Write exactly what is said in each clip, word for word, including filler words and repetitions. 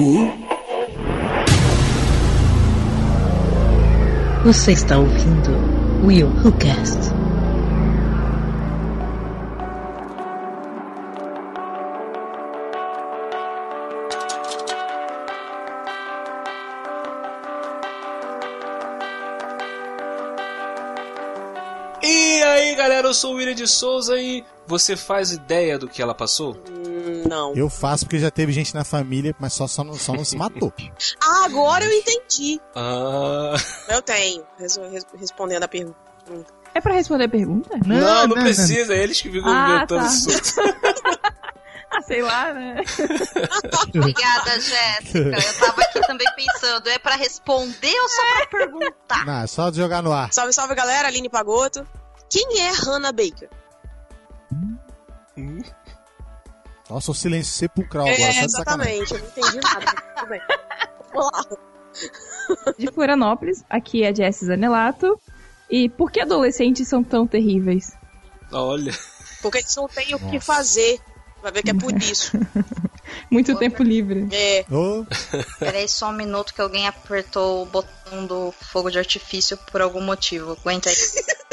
Who? Você está ouvindo Will Who Cast. E aí galera, eu sou o William de Souza e você faz ideia do que ela passou? Hum, não. Eu faço porque já teve gente na família, mas só, só, não, só não se matou. Ah, agora eu entendi. Ah. Eu tenho, res- res- respondendo a pergunta. É pra responder a pergunta? Não, não, não precisa, é eles que ficam Ah, inventando tá. assunto. Ah, sei lá, né? Obrigada, Jéssica. Eu tava aqui também pensando, é pra responder ou só pra perguntar? Não, é só jogar no ar. Salve, salve galera, Aline Pagotto. Quem é Hannah Baker? Hum? Nossa, o silêncio sepulcral agora, É, só de sacanagem. exatamente, eu não entendi nada. Tudo bem. Vamos lá. De Florianópolis, aqui é Jessie Zanelato. E por que adolescentes são tão terríveis? Olha. Porque eles não têm o que Nossa. fazer. Vai ver que é por isso. Muito tempo livre. É. Ô, Peraí só um minuto que alguém apertou o botão do fogo de artifício por algum motivo. Aguenta aí.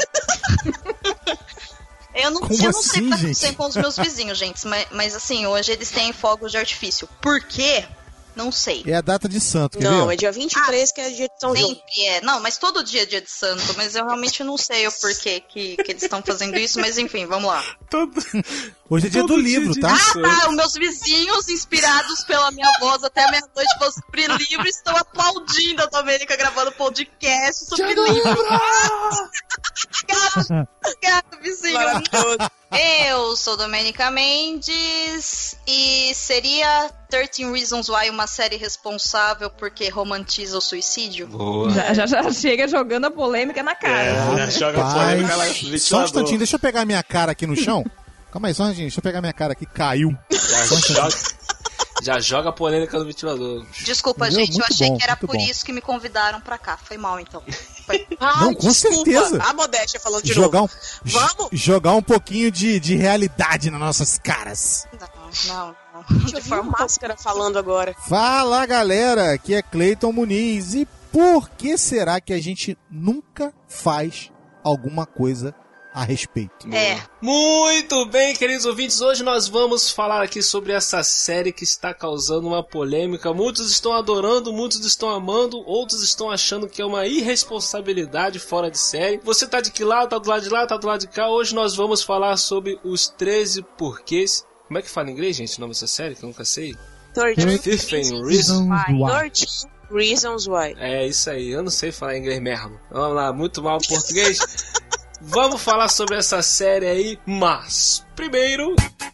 Eu não, Como eu não assim, sei o que tá gente? acontecendo com os meus vizinhos, gente. Mas, mas assim, hoje eles têm fogos de artifício. Por quê? Não sei. é a data de santo, quer Não, ver? é dia vinte e três que é dia de São João. Sempre é. Não, mas todo dia é dia de santo. Mas eu realmente não sei o porquê que, que eles estão fazendo isso. Mas enfim, vamos lá. Todo... Hoje é dia todo do livro, de tá? santo. Ah, os meus vizinhos, inspirados pela minha voz até meia-noite, vão sobre livro, estão aplaudindo a Domênica gravando podcast sobre livro. Obrigada, obrigada, vizinho. Maravilhoso. Eu sou Domênica Mendes e seria treze Reasons Why uma série responsável porque romantiza o suicídio? Boa. Já, já, já chega jogando a polêmica na cara. É, já joga a polêmica lá no Só um ventilador. instantinho, deixa eu pegar minha cara aqui no chão. Calma aí, só um instantinho, deixa eu pegar minha cara aqui. Caiu. Já joga, já joga a polêmica no ventilador. Desculpa, Entendeu? gente, eu Muito achei bom, que era muito por bom. isso que me convidaram pra cá. Foi mal, então. Foi. Ai, Não, com desculpa. certeza. A modéstia falando de Jogar novo. um, Vamos? jogar um pouquinho de, de realidade nas nossas caras. Não, não, não. Deixa De eu ver forma o Máscara falando agora. Fala, galera, aqui é Cleiton Muniz. E por que será que a gente nunca faz alguma coisa a respeito? É. Muito bem, queridos ouvintes, hoje nós vamos falar aqui sobre essa série que está causando uma polêmica. Muitos estão adorando, muitos estão amando, outros estão achando que é uma irresponsabilidade fora de série. Você tá de que lado? Tá do lado de lá? Tá do lado de cá? Hoje nós vamos falar sobre os treze porquês. Como é que fala em inglês, gente, o nome dessa série? Que eu nunca sei. thirteen Fifteen Reasons. thirteen Reasons Why. É isso aí, eu não sei falar inglês mesmo. Vamos lá, muito mal português. Vamos falar sobre essa série aí, mas primeiro...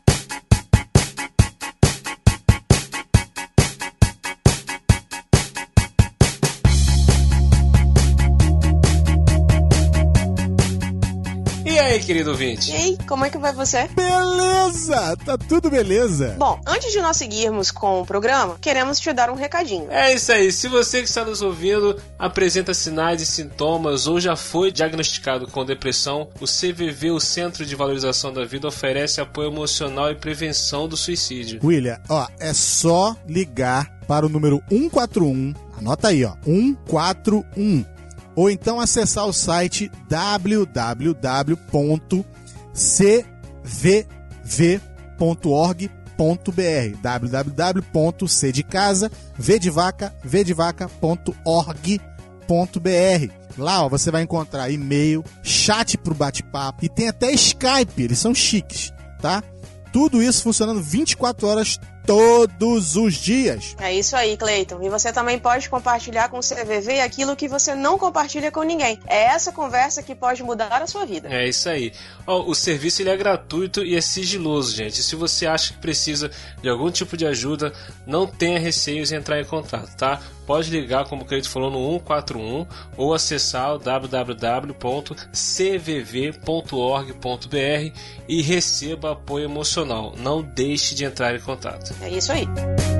E aí, querido ouvinte? E aí, como é que vai você? Beleza, tá tudo beleza. Bom, antes de nós seguirmos com o programa, queremos te dar um recadinho. É isso aí, se você que está nos ouvindo apresenta sinais e sintomas ou já foi diagnosticado com depressão, o C V V, o Centro de Valorização da Vida, oferece apoio emocional e prevenção do suicídio. William, ó, é só ligar para o número um quatro um, anota aí, ó, um quatro um, ou então acessar o site w w w ponto c v v ponto org ponto b r, w w w ponto c de casa, v de vaca, v de vaca ponto org ponto b r. Lá, ó, você vai encontrar e-mail, chat pro bate-papo e tem até Skype, eles são chiques, tá? Tudo isso funcionando vinte e quatro horas todos os dias. É isso aí, Cleiton. E você também pode compartilhar com o C V V aquilo que você não compartilha com ninguém. É essa conversa que pode mudar a sua vida. É isso aí. Ó, o serviço ele é gratuito e é sigiloso, gente. Se você acha que precisa de algum tipo de ajuda, não tenha receios em entrar em contato, tá? Pode ligar, como o Cleiton falou, no um quatro um ou acessar o w w w ponto c v v ponto org ponto b r e receba apoio emocional. Não deixe de entrar em contato. É isso aí.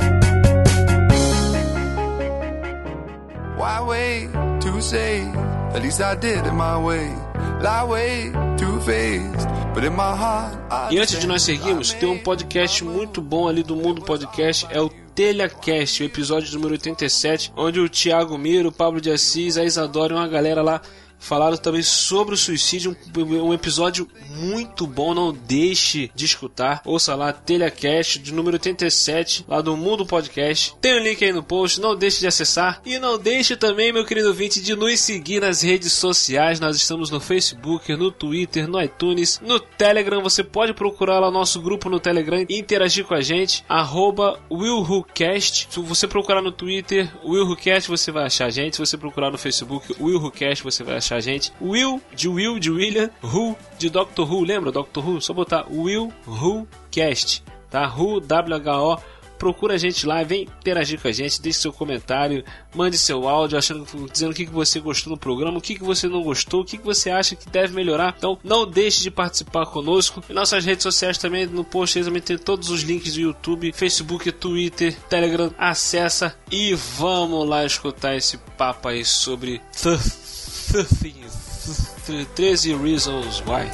Why wait to say? At least I did it my way. Lie way too faced, but in my heart I E antes de nós seguirmos, tem um podcast muito bom ali do Mundo Podcast, é o TelhaCast, o episódio número oitenta e sete, onde o Thiago Miro, o Pablo de Assis, a Isadora e uma galera lá falaram também sobre o suicídio, um, um episódio muito bom, não deixe de escutar. Ouça lá, TelhaCast, de número oitenta e sete, lá do Mundo Podcast. Tem o um link aí no post, não deixe de acessar. E não deixe também, meu querido ouvinte, de nos seguir nas redes sociais. Nós estamos no Facebook, no Twitter, no iTunes, no Telegram. Você pode procurar lá o nosso grupo no Telegram e interagir com a gente, arroba WillWhoCast. Se você procurar no Twitter, WillWhoCast, você vai achar a gente. Se você procurar no Facebook, WillWhoCast, você vai achar a gente. Will de Will de William, Who de Doctor Who, lembra Doctor Who? Só botar Will Who Cast, tá? Who, W H O. Procura a gente lá, vem interagir com a gente, deixe seu comentário, mande seu áudio achando, dizendo o que você gostou do programa, o que você não gostou, o que você acha que deve melhorar. Então não deixe de participar conosco. Em nossas redes sociais também, no post também tem todos os links do YouTube, Facebook, Twitter, Telegram. Acessa e vamos lá escutar esse papo aí sobre treze Reasons Why.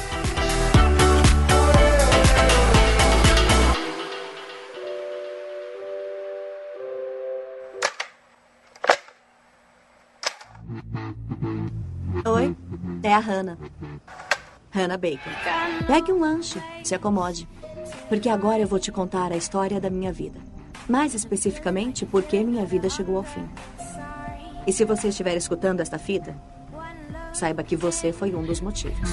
Oi, é a Hannah. Hannah Baker. Pegue um lanche, se acomode. Porque agora eu vou te contar a história da minha vida. Mais especificamente, por que minha vida chegou ao fim. E se você estiver escutando esta fita, saiba que você foi um dos motivos.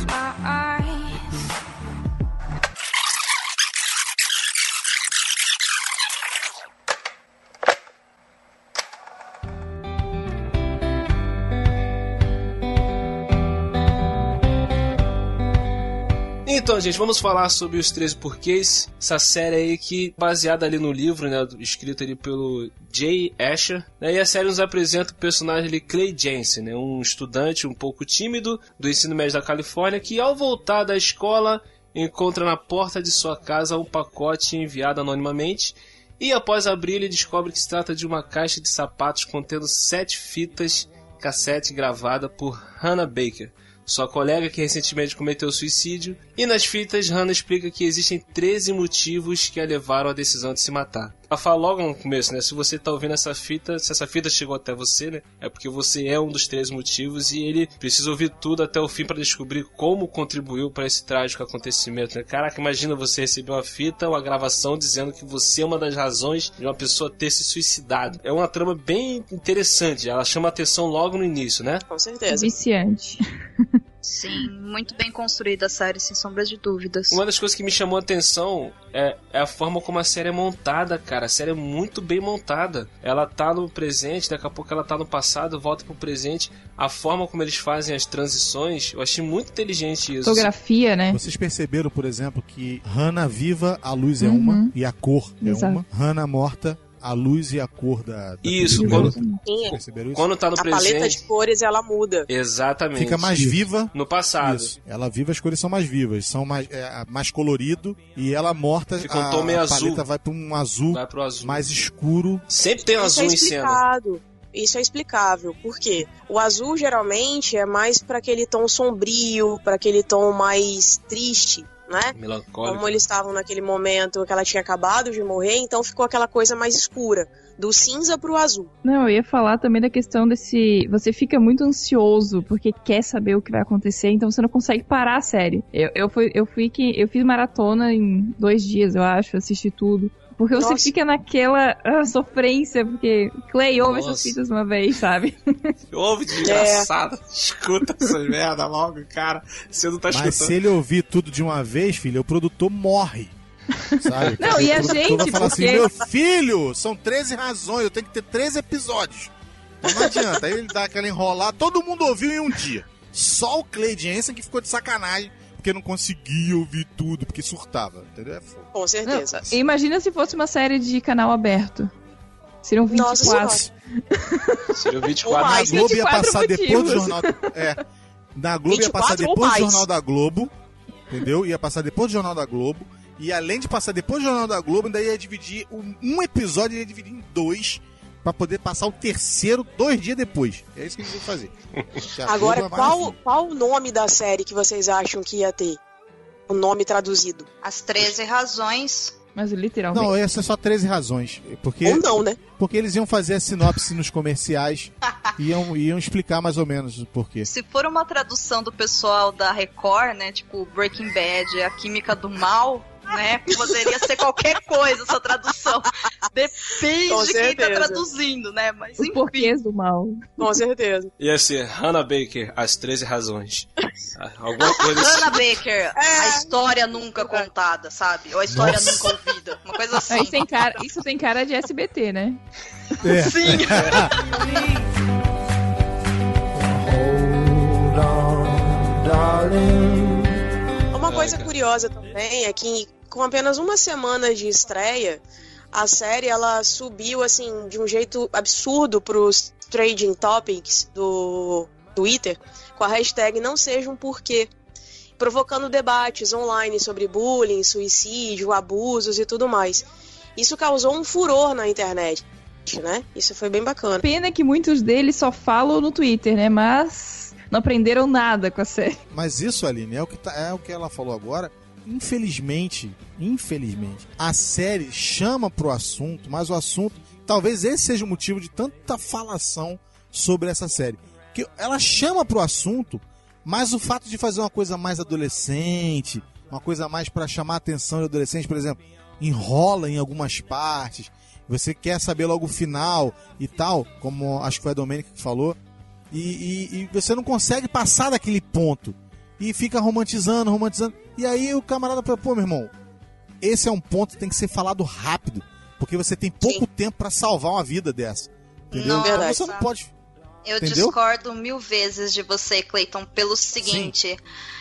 Então, gente, vamos falar sobre os treze porquês. Essa série aí que baseada ali no livro, né, escrito ali pelo Jay Asher, né, e a série nos apresenta o personagem ali, Clay Jensen, né, um estudante um pouco tímido do ensino médio da Califórnia que, ao voltar da escola, encontra na porta de sua casa um pacote enviado anonimamente e, após abrir, ele descobre que se trata de uma caixa de sapatos contendo sete fitas cassete gravada por Hannah Baker, sua colega que recentemente cometeu suicídio, e nas fitas Hannah explica que existem treze motivos que a levaram à decisão de se matar. Ela fala logo no começo, né? Se você tá ouvindo essa fita, se essa fita chegou até você, né? É porque você é um dos treze motivos e ele precisa ouvir tudo até o fim para descobrir como contribuiu para esse trágico acontecimento, né? Caraca, imagina você receber uma fita, uma gravação dizendo que você é uma das razões de uma pessoa ter se suicidado. É uma trama bem interessante, ela chama a atenção logo no início, né? Com certeza. Viciante. Sim, muito bem construída a série, sem sombras de dúvidas. Uma das coisas que me chamou a atenção é, é a forma como a série é montada, cara. A série é muito bem montada. Ela tá no presente, daqui a pouco ela tá no passado, volta pro presente. A forma como eles fazem as transições, eu achei muito inteligente isso. Fotografia, né? Vocês perceberam, por exemplo, que Hannah viva, a luz é Uhum. uma e a cor é Exato. uma. Hannah morta, a luz e a cor da... da Isso, película é quando- outra. Sim, Perceberam isso? Quando tá no a paleta presente... de cores ela muda. Exatamente. Fica mais Isso. viva. No passado. Isso. Ela viva, as cores são mais vivas, são mais, é, mais colorido, e ela morta, Fica um a, tom meio a azul. paleta vai para um azul Vai pro azul. mais escuro. Sempre tem um Isso azul é em cena. explicado. Isso é explicável, porque o azul geralmente é mais para aquele tom sombrio, para aquele tom mais triste, né? Melancólico. Como eles estavam naquele momento que ela tinha acabado de morrer, então ficou aquela coisa mais escura, do cinza pro azul. Não, eu ia falar também da questão desse... Você fica muito ansioso porque quer saber o que vai acontecer, então você não consegue parar a série. Eu, eu, fui, eu, fui que, eu fiz maratona em dois dias, eu acho, assisti tudo. Porque você Nossa. fica naquela ah, sofrência, porque Clay ouve Nossa. essas fitas uma vez, sabe? Ouve, desgraçado. Escuta essas merda logo, cara. Você não tá Mas escutando. se ele ouvir tudo de uma vez, filho, o produtor morre. Sabe? Não, Porque e a o produtor gente, vai falar porque- assim, meu filho, são treze razões, eu tenho que ter treze episódios. Então não adianta, aí ele dá aquela enrolada, todo mundo ouviu em um dia. Só o Clay Jensen que ficou de sacanagem, porque não conseguia ouvir tudo, porque surtava, entendeu? É fogo. Com certeza. Imagina se fosse uma série de canal aberto. Seriam vinte e Nossa quatro. Senhora. Seria vinte e Ou quatro. Na mais. Globo ia vinte e quatro passar depois do motivos. jornal. É. Na Globo ia passar vinte e quatro ou depois do mais. Jornal da Globo. Entendeu? Ia passar depois do Jornal da Globo. E além de passar depois do Jornal da Globo, ainda ia dividir um, um episódio, ia dividir em dois. Pra poder passar o terceiro dois dias depois. É isso que eles vão fazer. Que a Agora, Globo é qual, mais- qual o nome da série que vocês acham que ia ter? O nome traduzido. As treze razões Mas literalmente. Não, essa é só treze razões. Porque, Ou não, né? Porque eles iam fazer a sinopse nos comerciais e iam, iam explicar mais ou menos o porquê. Se for uma tradução do pessoal da Record, né? Tipo Breaking Bad, a química do mal, né? Poderia ser qualquer coisa essa tradução. Depende de quem tá traduzindo, né? Mas Os enfim. porquês do mal. Com certeza. Ia ser Hannah Baker, As treze Razões. Alguma coisa assim. Hannah Baker, a história nunca contada, sabe? Ou a história Nossa. nunca ouvida. Uma coisa assim. Aí tem cara, isso tem cara de S B T, né? É. Sim. Uma coisa curiosa também é que com apenas uma semana de estreia, a série ela subiu assim de um jeito absurdo pros trading topics do Twitter com a hashtag não seja um porquê, provocando debates online sobre bullying, suicídio, abusos e tudo mais. Isso causou um furor na internet, né? Isso foi bem bacana. Pena que muitos deles só falam no Twitter, né? Mas não aprenderam nada com a série. Mas isso, Aline, é o que, tá, é o que ela falou agora. Infelizmente, infelizmente, a série chama pro assunto, mas o assunto, talvez esse seja o motivo de tanta falação sobre essa série. Que ela chama pro assunto, mas o fato de fazer uma coisa mais adolescente, uma coisa mais para chamar a atenção do adolescente, por exemplo, enrola em algumas partes, você quer saber logo o final e tal, como acho que foi a Domênica que falou, e, e, e você não consegue passar daquele ponto. E fica romantizando, romantizando. E aí o camarada fala, pô, meu irmão, esse é um ponto que tem que ser falado rápido. Porque você tem pouco Sim. tempo pra salvar uma vida dessa. Entendeu? Nossa. Então você não pode... Eu Entendeu? discordo mil vezes de você, Clayton, pelo seguinte...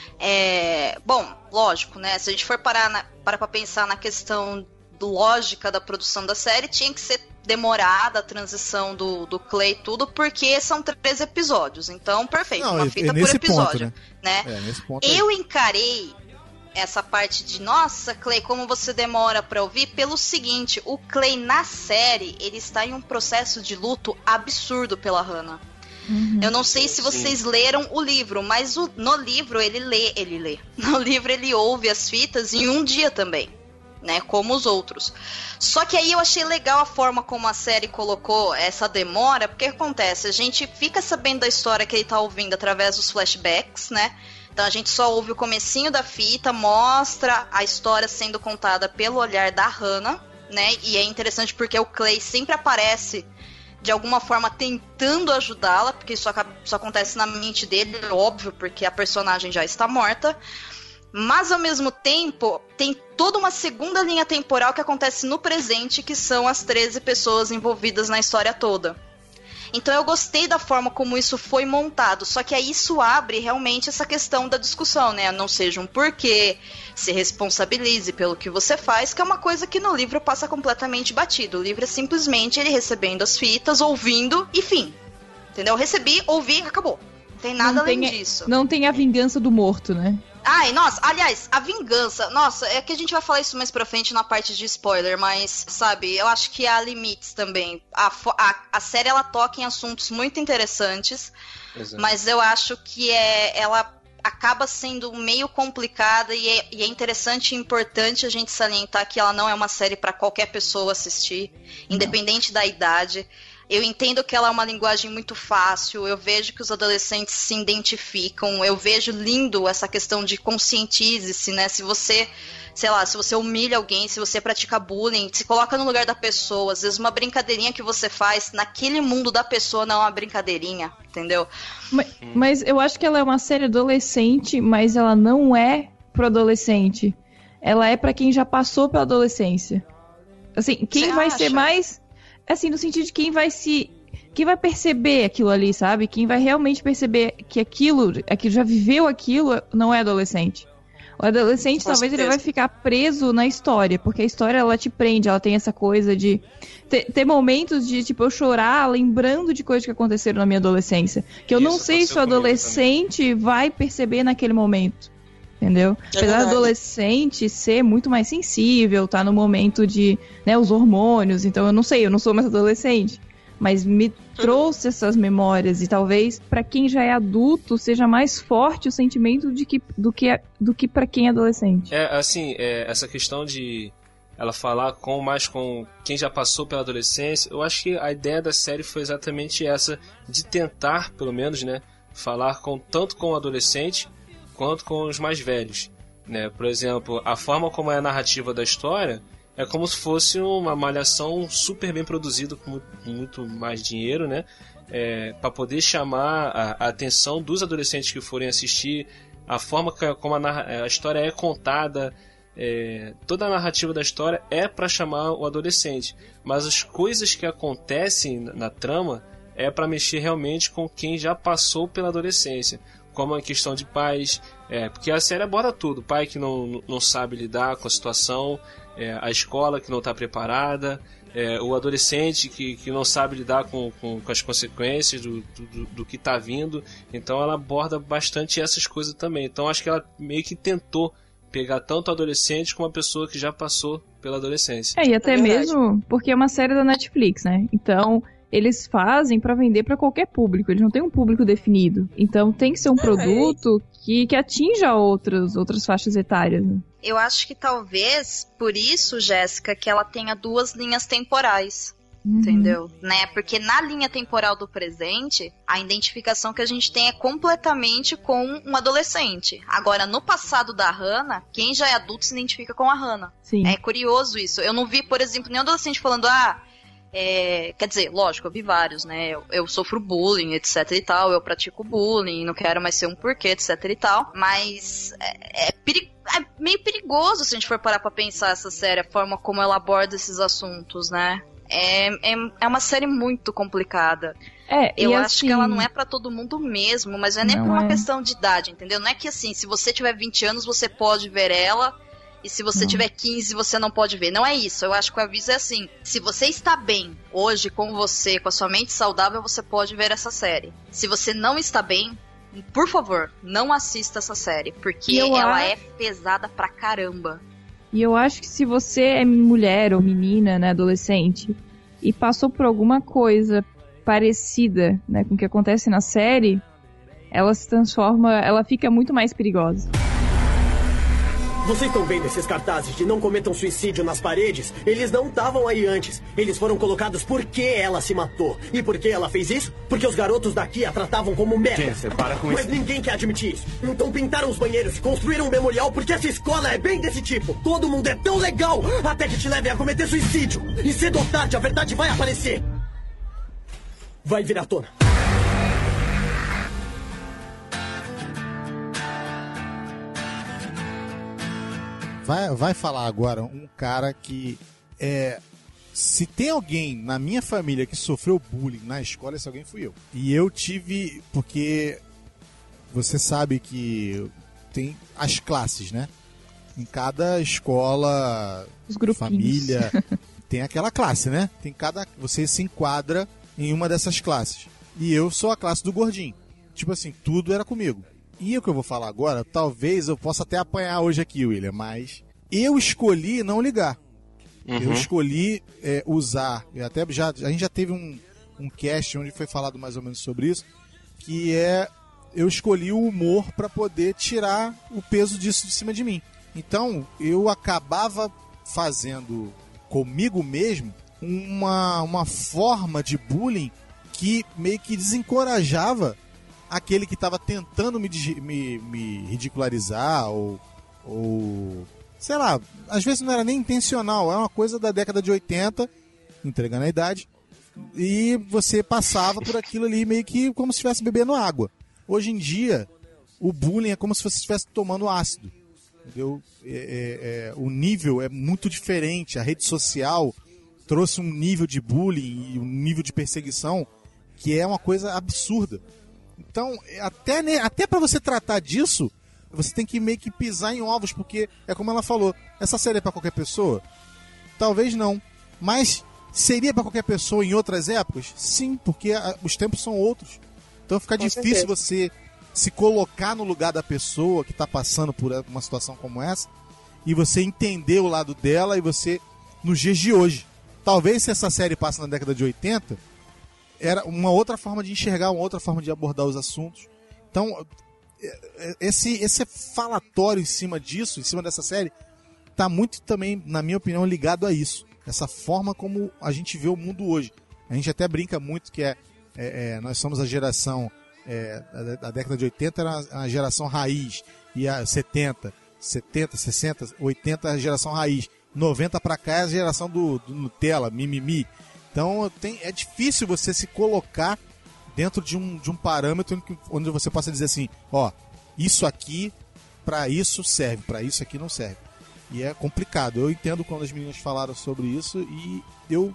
É, bom, lógico, né? Se a gente for parar na, parar pra pensar na questão lógica da produção da série, tinha que ser demorada a transição do, do Clay e tudo, porque são três episódios. Então, perfeito, não, uma é, fita é nesse por episódio. Ponto, né? né? É, nesse ponto Eu aí. encarei essa parte de, nossa, Clay, como você demora pra ouvir, pelo seguinte, o Clay na série, ele está em um processo de luto absurdo pela Hannah. Uhum. Eu não sei se vocês Sim. leram o livro, mas o, no livro ele lê, ele lê. No livro ele ouve as fitas em um dia também, né? Como os outros. Só que aí eu achei legal a forma como a série colocou essa demora, porque acontece, a gente fica sabendo da história que ele tá ouvindo através dos flashbacks, né? Então a gente só ouve o comecinho da fita, mostra a história sendo contada pelo olhar da Hannah, né? E é interessante porque o Clay sempre aparece de alguma forma tentando ajudá-la, porque isso, isso acontece na mente dele, óbvio, porque a personagem já está morta. Mas ao mesmo tempo, tem toda uma segunda linha temporal que acontece no presente, que são as treze pessoas envolvidas na história toda. Então eu gostei da forma como isso foi montado, só que aí isso abre realmente essa questão da discussão, né? Não seja um porquê, se responsabilize pelo que você faz, que é uma coisa que no livro passa completamente batido. O livro é simplesmente ele recebendo as fitas, ouvindo e fim. Entendeu? Recebi, ouvi, acabou. Não tem nada não além tem, disso. Não tem a vingança do morto, né? Ai, nossa, aliás, a vingança, nossa, é que a gente vai falar isso mais pra frente na parte de spoiler, mas, sabe, eu acho que há limites também. A, a, a série, ela toca em assuntos muito interessantes, Exato. Mas eu acho que é, ela acaba sendo meio complicada e é, e é interessante e importante a gente salientar que ela não é uma série pra qualquer pessoa assistir, não. Independente da idade. Eu entendo que ela é uma linguagem muito fácil, eu vejo que os adolescentes se identificam, eu vejo lindo essa questão de conscientize-se, né? Se você, sei lá, se você humilha alguém, se você pratica bullying, se coloca no lugar da pessoa, às vezes uma brincadeirinha que você faz, naquele mundo da pessoa não é uma brincadeirinha, entendeu? Mas, mas eu acho que ela é uma série adolescente, mas ela não é pro adolescente. Ela é pra quem já passou pela adolescência. Assim, quem você vai acha? Ser mais... Assim, no sentido de quem vai se... Quem vai perceber aquilo ali, sabe? Quem vai realmente perceber que aquilo, aquilo já viveu aquilo, não é adolescente. O adolescente, Com talvez, certeza. Ele vai ficar preso na história, porque a história, ela te prende, ela tem essa coisa de... Ter, ter momentos de, tipo, eu chorar lembrando de coisas que aconteceram na minha adolescência. Que eu Isso, não sei se o adolescente vai perceber naquele momento. Entendeu? É Apesar do adolescente ser muito mais sensível, tá no momento de, né, os hormônios, então eu não sei, eu não sou mais adolescente, mas me trouxe essas memórias e talvez pra quem já é adulto seja mais forte o sentimento de que, do que, do que pra quem é adolescente. É, assim, é, essa questão de ela falar com mais com quem já passou pela adolescência. Eu acho que a ideia da série foi exatamente essa, de tentar, pelo menos, né, falar com, tanto com o adolescente quanto com os mais velhos, né? Por exemplo, a forma como é a narrativa da história é como se fosse uma malhação super bem produzida, com muito mais dinheiro, né? É, para poder chamar a, a atenção dos adolescentes que forem assistir, a forma que, como a, narra, a história é contada, é, toda a narrativa da história é para chamar o adolescente, mas as coisas que acontecem na, na trama é para mexer realmente com quem já passou pela adolescência, como a questão de pais, é, porque a série aborda tudo, pai que não, não sabe lidar com a situação, é, a escola que não está preparada, é, o adolescente que, que não sabe lidar com, com, com as consequências do, do, do que está vindo. Então ela aborda bastante essas coisas também. Então acho que ela meio que tentou pegar tanto o adolescente como a pessoa que já passou pela adolescência. É, e até é mesmo porque é uma série da Netflix, né? Então eles fazem pra vender pra qualquer público, eles não têm um público definido. Então tem que ser um produto que, que atinja outras, outras faixas etárias, né? Eu acho que talvez, por isso, Jéssica, que ela tenha duas linhas temporais. Uhum. Entendeu? Né? Porque na linha temporal do presente, a identificação que a gente tem é completamente com um adolescente. Agora, no passado da Hannah, quem já é adulto se identifica com a Hannah. Sim. É curioso isso. Eu não vi, por exemplo, nenhum adolescente falando, ah, é... quer dizer, lógico, eu vi vários, né? Eu, eu sofro bullying, etc e tal, eu pratico bullying, não quero mais ser um porquê, etc e tal. Mas é, é, peri... é meio perigoso se a gente for parar pra pensar essa série, a forma como ela aborda esses assuntos, né? É, é, é uma série muito complicada. É, eu acho assim, que ela não é pra todo mundo mesmo, mas não é nem não por uma é. questão de idade, entendeu? Não é que assim, se você tiver vinte anos, você pode ver ela, e se você não. tiver quinze, você não pode ver. Não é isso. Eu acho que o aviso é assim, se você está bem hoje com você, com a sua mente saudável, você pode ver essa série. Se você não está bem, por favor, não assista essa série, porque eu ela acho... é pesada pra caramba. E eu acho que se você é mulher ou menina, né, adolescente, e passou por alguma coisa parecida, né, com o que acontece na série, ela se transforma, ela fica muito mais perigosa. Vocês estão vendo esses cartazes de não cometam suicídio nas paredes? Eles não estavam aí antes. Eles foram colocados porque ela se matou. E por que ela fez isso? Porque os garotos daqui a tratavam como merda. Jensen, para com Mas isso. ninguém quer admitir isso. Então pintaram os banheiros e construíram um memorial porque essa escola é bem desse tipo. Todo mundo é tão legal até que te levem a cometer suicídio. E cedo ou tarde a verdade vai aparecer. Vai vir à tona. Vai, vai falar agora um cara que é... Se tem alguém na minha família que sofreu bullying na escola, esse alguém fui eu. E eu tive... Porque você sabe que tem as classes, né? Em cada escola, família, tem aquela classe, né? Tem cada... Você se enquadra em uma dessas classes. E eu sou a classe do gordinho. Tipo assim, tudo era comigo. E o que eu vou falar agora, talvez eu possa até apanhar hoje aqui, William, mas eu escolhi não ligar. Uhum. Eu escolhi é, usar, até já, a gente já teve um, um cast onde foi falado mais ou menos sobre isso, que é, eu escolhi o humor para poder tirar o peso disso de cima de mim. Então, eu acabava fazendo comigo mesmo uma, uma forma de bullying que meio que desencorajava aquele que estava tentando me, me, me ridicularizar ou, ou, sei lá, às vezes não era nem intencional, é uma coisa da década de oitenta, entregando a idade, e você passava por aquilo ali meio que como se estivesse bebendo água. Hoje em dia, o bullying é como se você estivesse tomando ácido, entendeu? É, é, é, o nível é muito diferente, a rede social trouxe um nível de bullying e um nível de perseguição que é uma coisa absurda. Então, até, até para você tratar disso, você tem que meio que pisar em ovos, porque é como ela falou, essa série é para qualquer pessoa? Talvez não. Mas seria para qualquer pessoa em outras épocas? Sim, porque a, os tempos são outros. Então fica Com difícil certeza. Você se colocar no lugar da pessoa que está passando por uma situação como essa e você entender o lado dela e você, nos dias de hoje. Talvez se essa série passa na década de oitenta... era uma outra forma de enxergar, uma outra forma de abordar os assuntos. Então, esse, esse falatório em cima disso, em cima dessa série, tá muito também, na minha opinião, ligado a isso. Essa forma como a gente vê o mundo hoje. A gente até brinca muito que é, é, é nós somos a geração, é, a, a década de oitenta era a geração raiz, e a setenta, setenta, sessenta, oitenta a geração raiz, noventa pra cá é a geração do, do Nutella, mimimi. Então tem, é difícil você se colocar dentro de um, de um parâmetro onde você possa dizer assim, ó, isso aqui, pra isso serve, pra isso aqui não serve. E é complicado. Eu entendo quando as meninas falaram sobre isso e eu,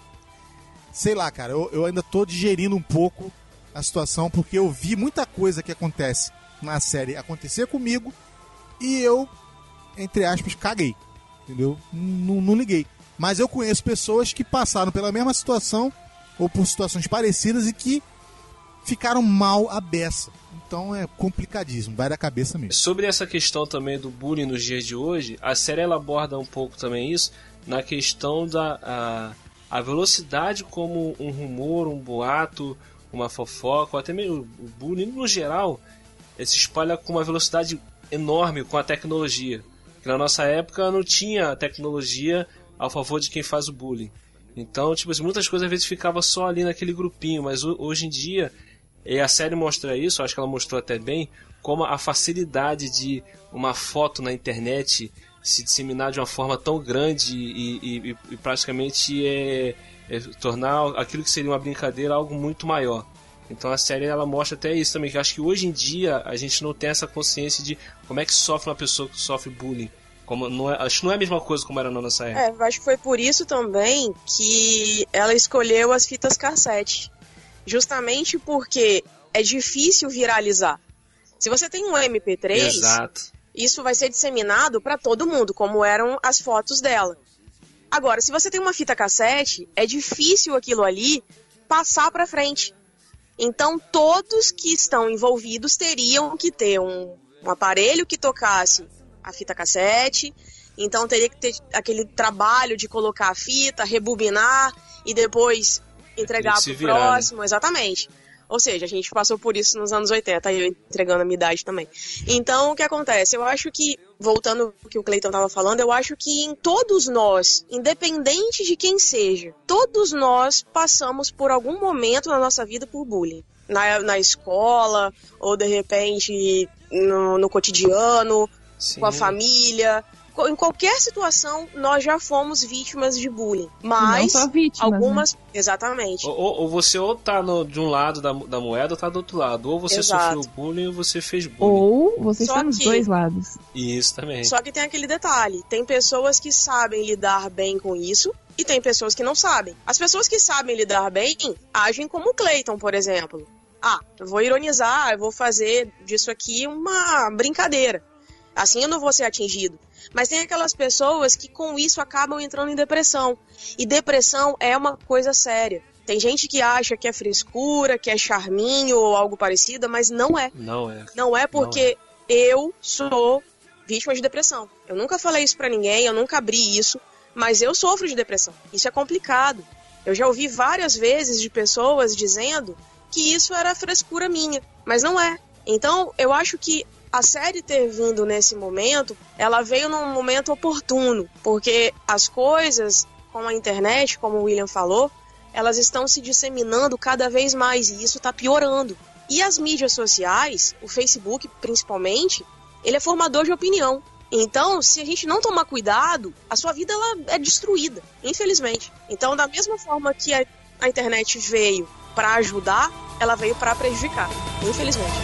sei lá, cara, eu, eu ainda tô digerindo um pouco a situação, porque eu vi muita coisa que acontece na série acontecer comigo e eu, entre aspas, caguei, entendeu? Não, não liguei. Mas eu conheço pessoas que passaram pela mesma situação ou por situações parecidas e que ficaram mal à beça. Então é complicadíssimo, vai da cabeça mesmo. Sobre essa questão também do bullying nos dias de hoje, a série ela aborda um pouco também isso na questão da a, a velocidade como um rumor, um boato, uma fofoca, ou até mesmo o bullying no geral, ele se espalha com uma velocidade enorme com a tecnologia. Porque na nossa época não tinha tecnologia ao favor de quem faz o bullying. Então, tipo, muitas coisas às vezes ficava só ali naquele grupinho, mas hoje em dia, e a série mostra isso, acho que ela mostrou até bem, como a facilidade de uma foto na internet se disseminar de uma forma tão grande e, e, e praticamente é, é tornar aquilo que seria uma brincadeira algo muito maior. Então a série ela mostra até isso também, que eu acho que hoje em dia a gente não tem essa consciência de como é que sofre uma pessoa que sofre bullying. Como não é, acho que não é a mesma coisa como era na nossa época. É, acho que foi por isso também que ela escolheu as fitas cassete. Justamente porque é difícil viralizar. Se você tem um M P três, exato, isso vai ser disseminado para todo mundo, como eram as fotos dela. Agora, se você tem uma fita cassete, é difícil aquilo ali passar para frente. Então, todos que estão envolvidos teriam que ter um, um aparelho que tocasse a fita cassete. Então, teria que ter aquele trabalho de colocar a fita, rebobinar e depois entregar pro virar, próximo, né? Exatamente. Ou seja, a gente passou por isso nos anos oitenta, aí eu entregando a minha idade também. Então, o que acontece? Eu acho que, voltando ao que o Cleiton estava falando, eu acho que em todos nós, independente de quem seja, todos nós passamos por algum momento na nossa vida por bullying. Na, na escola, ou de repente no, no cotidiano, Sim. com a família. Em qualquer situação, nós já fomos vítimas de bullying. Mas não só vítimas, algumas... né? Exatamente. Ou, ou, ou você ou tá no, de um lado da, da moeda ou tá do outro lado. Ou você Exato. sofreu bullying ou você fez bullying. Ou você Só está nos que- dois lados. Isso também. Só que tem aquele detalhe. Tem pessoas que sabem lidar bem com isso e tem pessoas que não sabem. As pessoas que sabem lidar bem agem como o Cleiton, por exemplo. Ah, eu vou ironizar, eu vou fazer disso aqui uma brincadeira. Assim eu não vou ser atingido. Mas tem aquelas pessoas que com isso acabam entrando em depressão. E depressão é uma coisa séria. Tem gente que acha que é frescura, que é charminho ou algo parecido, mas não é. Não é. Não é porque eu sou vítima de depressão. Eu nunca falei isso pra ninguém, eu nunca abri isso, mas eu sofro de depressão. Isso é complicado. Eu já ouvi várias vezes de pessoas dizendo que isso era frescura minha, mas não é. Então, eu acho que a série ter vindo nesse momento, ela veio num momento oportuno, porque as coisas, como a internet, como o William falou, elas estão se disseminando cada vez mais e isso está piorando. E as mídias sociais, o Facebook principalmente, ele é formador de opinião. Então, se a gente não tomar cuidado, a sua vida ela é destruída, infelizmente. Então, da mesma forma que a, a internet veio para ajudar, ela veio para prejudicar, infelizmente.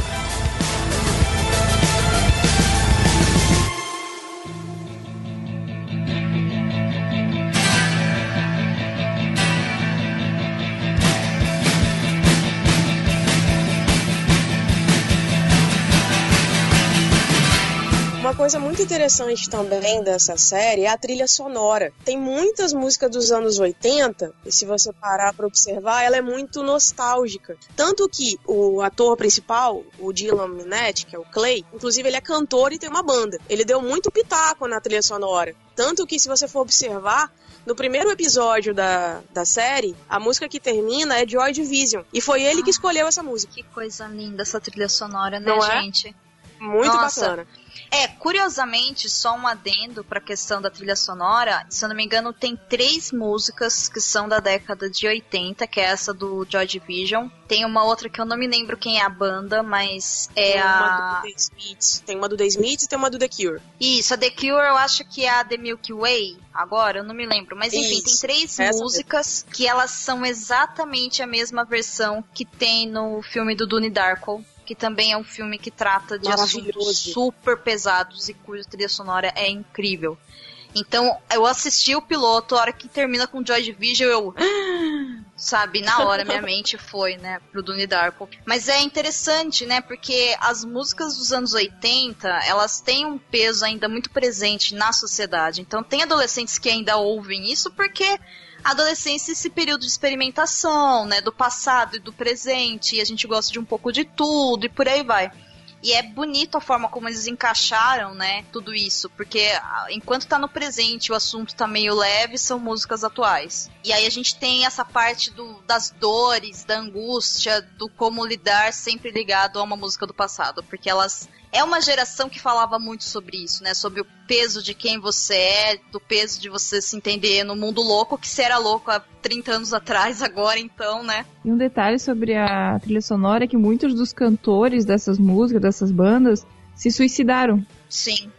Uma coisa muito interessante também dessa série é a trilha sonora. Tem muitas músicas dos anos oitenta, e se você parar para observar, ela é muito nostálgica. Tanto que o ator principal, o Dylan Minnette, que é o Clay, inclusive ele é cantor e tem uma banda. Ele deu muito pitaco na trilha sonora. Tanto que, se você for observar, no primeiro episódio da, da série, a música que termina é Joy Division. E foi ele que escolheu essa música. Que coisa linda essa trilha sonora, né, Não é? gente? Muito Nossa. bacana. É, curiosamente, só um adendo pra questão da trilha sonora, se eu não me engano, tem três músicas que são da década de oitenta, que é essa do Joy Division. Tem uma outra que eu não me lembro quem é a banda, mas é tem a... Uma do The Smiths. Tem uma do The Smiths e tem uma do The Cure. Isso, a The Cure eu acho que é a The Milky Way, agora, eu não me lembro. Mas enfim, Isso, tem três músicas mesmo. Que elas são exatamente a mesma versão que tem no filme do Donnie Darko, que também é um filme que trata de assuntos super pesados e cuja trilha sonora é incrível. Então, eu assisti o piloto, a hora que termina com Joy Division, eu... Sabe, na hora minha mente foi, né, pro Donnie Darko. Mas é interessante, né, porque as músicas dos anos oitenta, elas têm um peso ainda muito presente na sociedade. Então, tem adolescentes que ainda ouvem isso porque... A adolescência é esse período de experimentação, né, do passado e do presente, e a gente gosta de um pouco de tudo, e por aí vai. E é bonito a forma como eles encaixaram, né, tudo isso, porque enquanto tá no presente, o assunto tá meio leve, são músicas atuais. E aí a gente tem essa parte do, das dores, da angústia, do como lidar sempre ligado a uma música do passado, porque elas... É uma geração que falava muito sobre isso, né? Sobre o peso de quem você é, do peso de você se entender no mundo louco, que se era louco há trinta anos atrás, agora então, né? E um detalhe sobre a trilha sonora é que muitos dos cantores dessas músicas, dessas bandas, se suicidaram. Sim.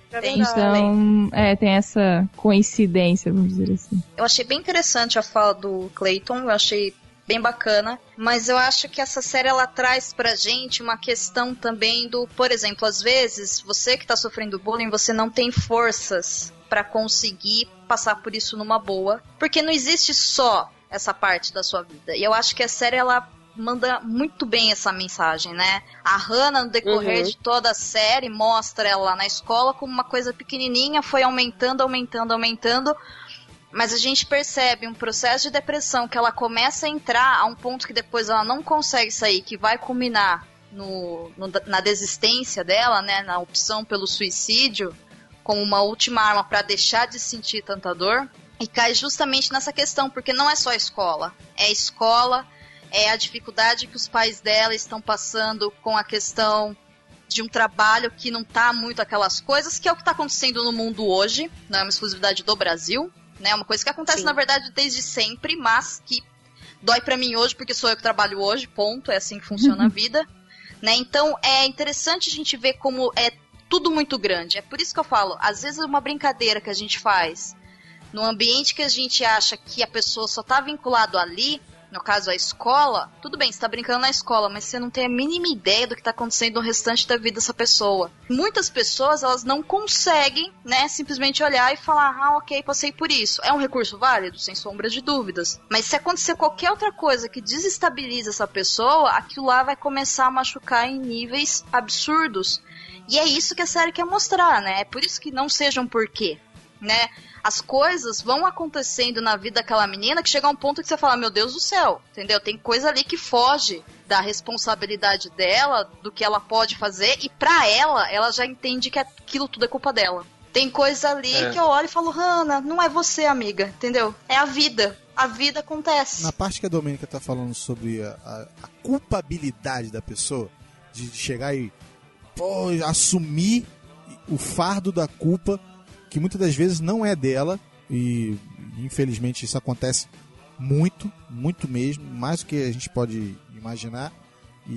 Então, é, tem essa coincidência, vamos dizer assim. Eu achei bem interessante a fala do Clayton, eu achei bem bacana, mas eu acho que essa série ela traz pra gente uma questão também do, por exemplo, às vezes, você que tá sofrendo bullying, você não tem forças pra conseguir passar por isso numa boa, porque não existe só essa parte da sua vida, e eu acho que a série ela manda muito bem essa mensagem, né? A Hannah, no decorrer uhum. de toda a série, mostra ela lá na escola como uma coisa pequenininha, foi aumentando, aumentando, aumentando. Mas a gente percebe um processo de depressão que ela começa a entrar a um ponto que depois ela não consegue sair, que vai culminar no, no, na desistência dela, né, na opção pelo suicídio, como uma última arma para deixar de sentir tanta dor. E cai justamente nessa questão, porque não é só a escola. É a escola, é a dificuldade que os pais dela estão passando com a questão de um trabalho que não tá muito aquelas coisas, que é o que está acontecendo no mundo hoje, não é uma exclusividade do Brasil. É uma coisa que acontece, Sim. na verdade, desde sempre, mas que dói pra mim hoje, porque sou eu que trabalho hoje, ponto, é assim que funciona a vida. Né? Então, é interessante a gente ver como é tudo muito grande. É por isso que eu falo, às vezes é uma brincadeira que a gente faz, no ambiente que a gente acha que a pessoa só tá vinculado ali, no caso a escola, tudo bem, você tá brincando na escola, mas você não tem a mínima ideia do que tá acontecendo no restante da vida dessa pessoa. Muitas pessoas, elas não conseguem, né, simplesmente olhar e falar, ah, ok, passei por isso. É um recurso válido, sem sombra de dúvidas. Mas se acontecer qualquer outra coisa que desestabiliza essa pessoa, aquilo lá vai começar a machucar em níveis absurdos. E é isso que a série quer mostrar, né? É por isso que não seja um porquê, né? As coisas vão acontecendo na vida daquela menina que chega a um ponto que você fala, meu Deus do céu, entendeu? Tem coisa ali que foge da responsabilidade dela, do que ela pode fazer, e pra ela, ela já entende que aquilo tudo é culpa dela. Tem coisa ali é. que eu olho e falo, Hannah, não é você, amiga, entendeu? É a vida. A vida acontece. Na parte que a Domênica tá falando sobre a, a, a culpabilidade da pessoa, de chegar e pô, assumir o fardo da culpa, que muitas das vezes não é dela, e infelizmente isso acontece muito, muito mesmo, mais do que a gente pode imaginar, e,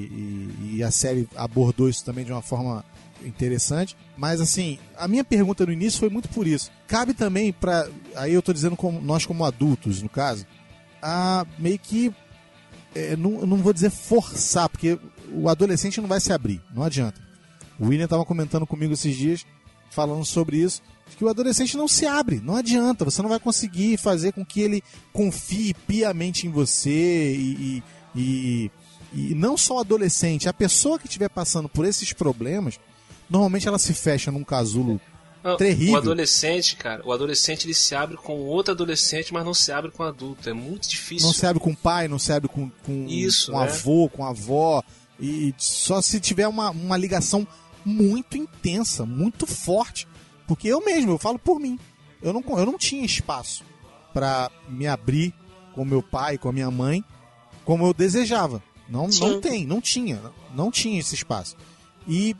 e, e a série abordou isso também de uma forma interessante, mas assim, a minha pergunta no início foi muito por isso. Cabe também para, aí eu tô dizendo como, nós como adultos, no caso, a meio que, é, não, não vou dizer forçar, porque o adolescente não vai se abrir, não adianta. O William tava comentando comigo esses dias, falando sobre isso, que o adolescente não se abre, não adianta, você não vai conseguir fazer com que ele confie piamente em você, e, e, e, e não só o adolescente, a pessoa que estiver passando por esses problemas, normalmente ela se fecha num casulo não, terrível. O adolescente, cara, o adolescente ele se abre com outro adolescente, mas não se abre com adulto, é muito difícil. Não se abre com o pai, não se abre com, com, Isso, com né? avô, com avó, e só se tiver uma, uma ligação muito intensa, muito forte. Porque eu mesmo, eu falo por mim, eu não, eu não tinha espaço para me abrir com meu pai, com a minha mãe, como eu desejava. Não, não tem, não tinha, não tinha esse espaço. E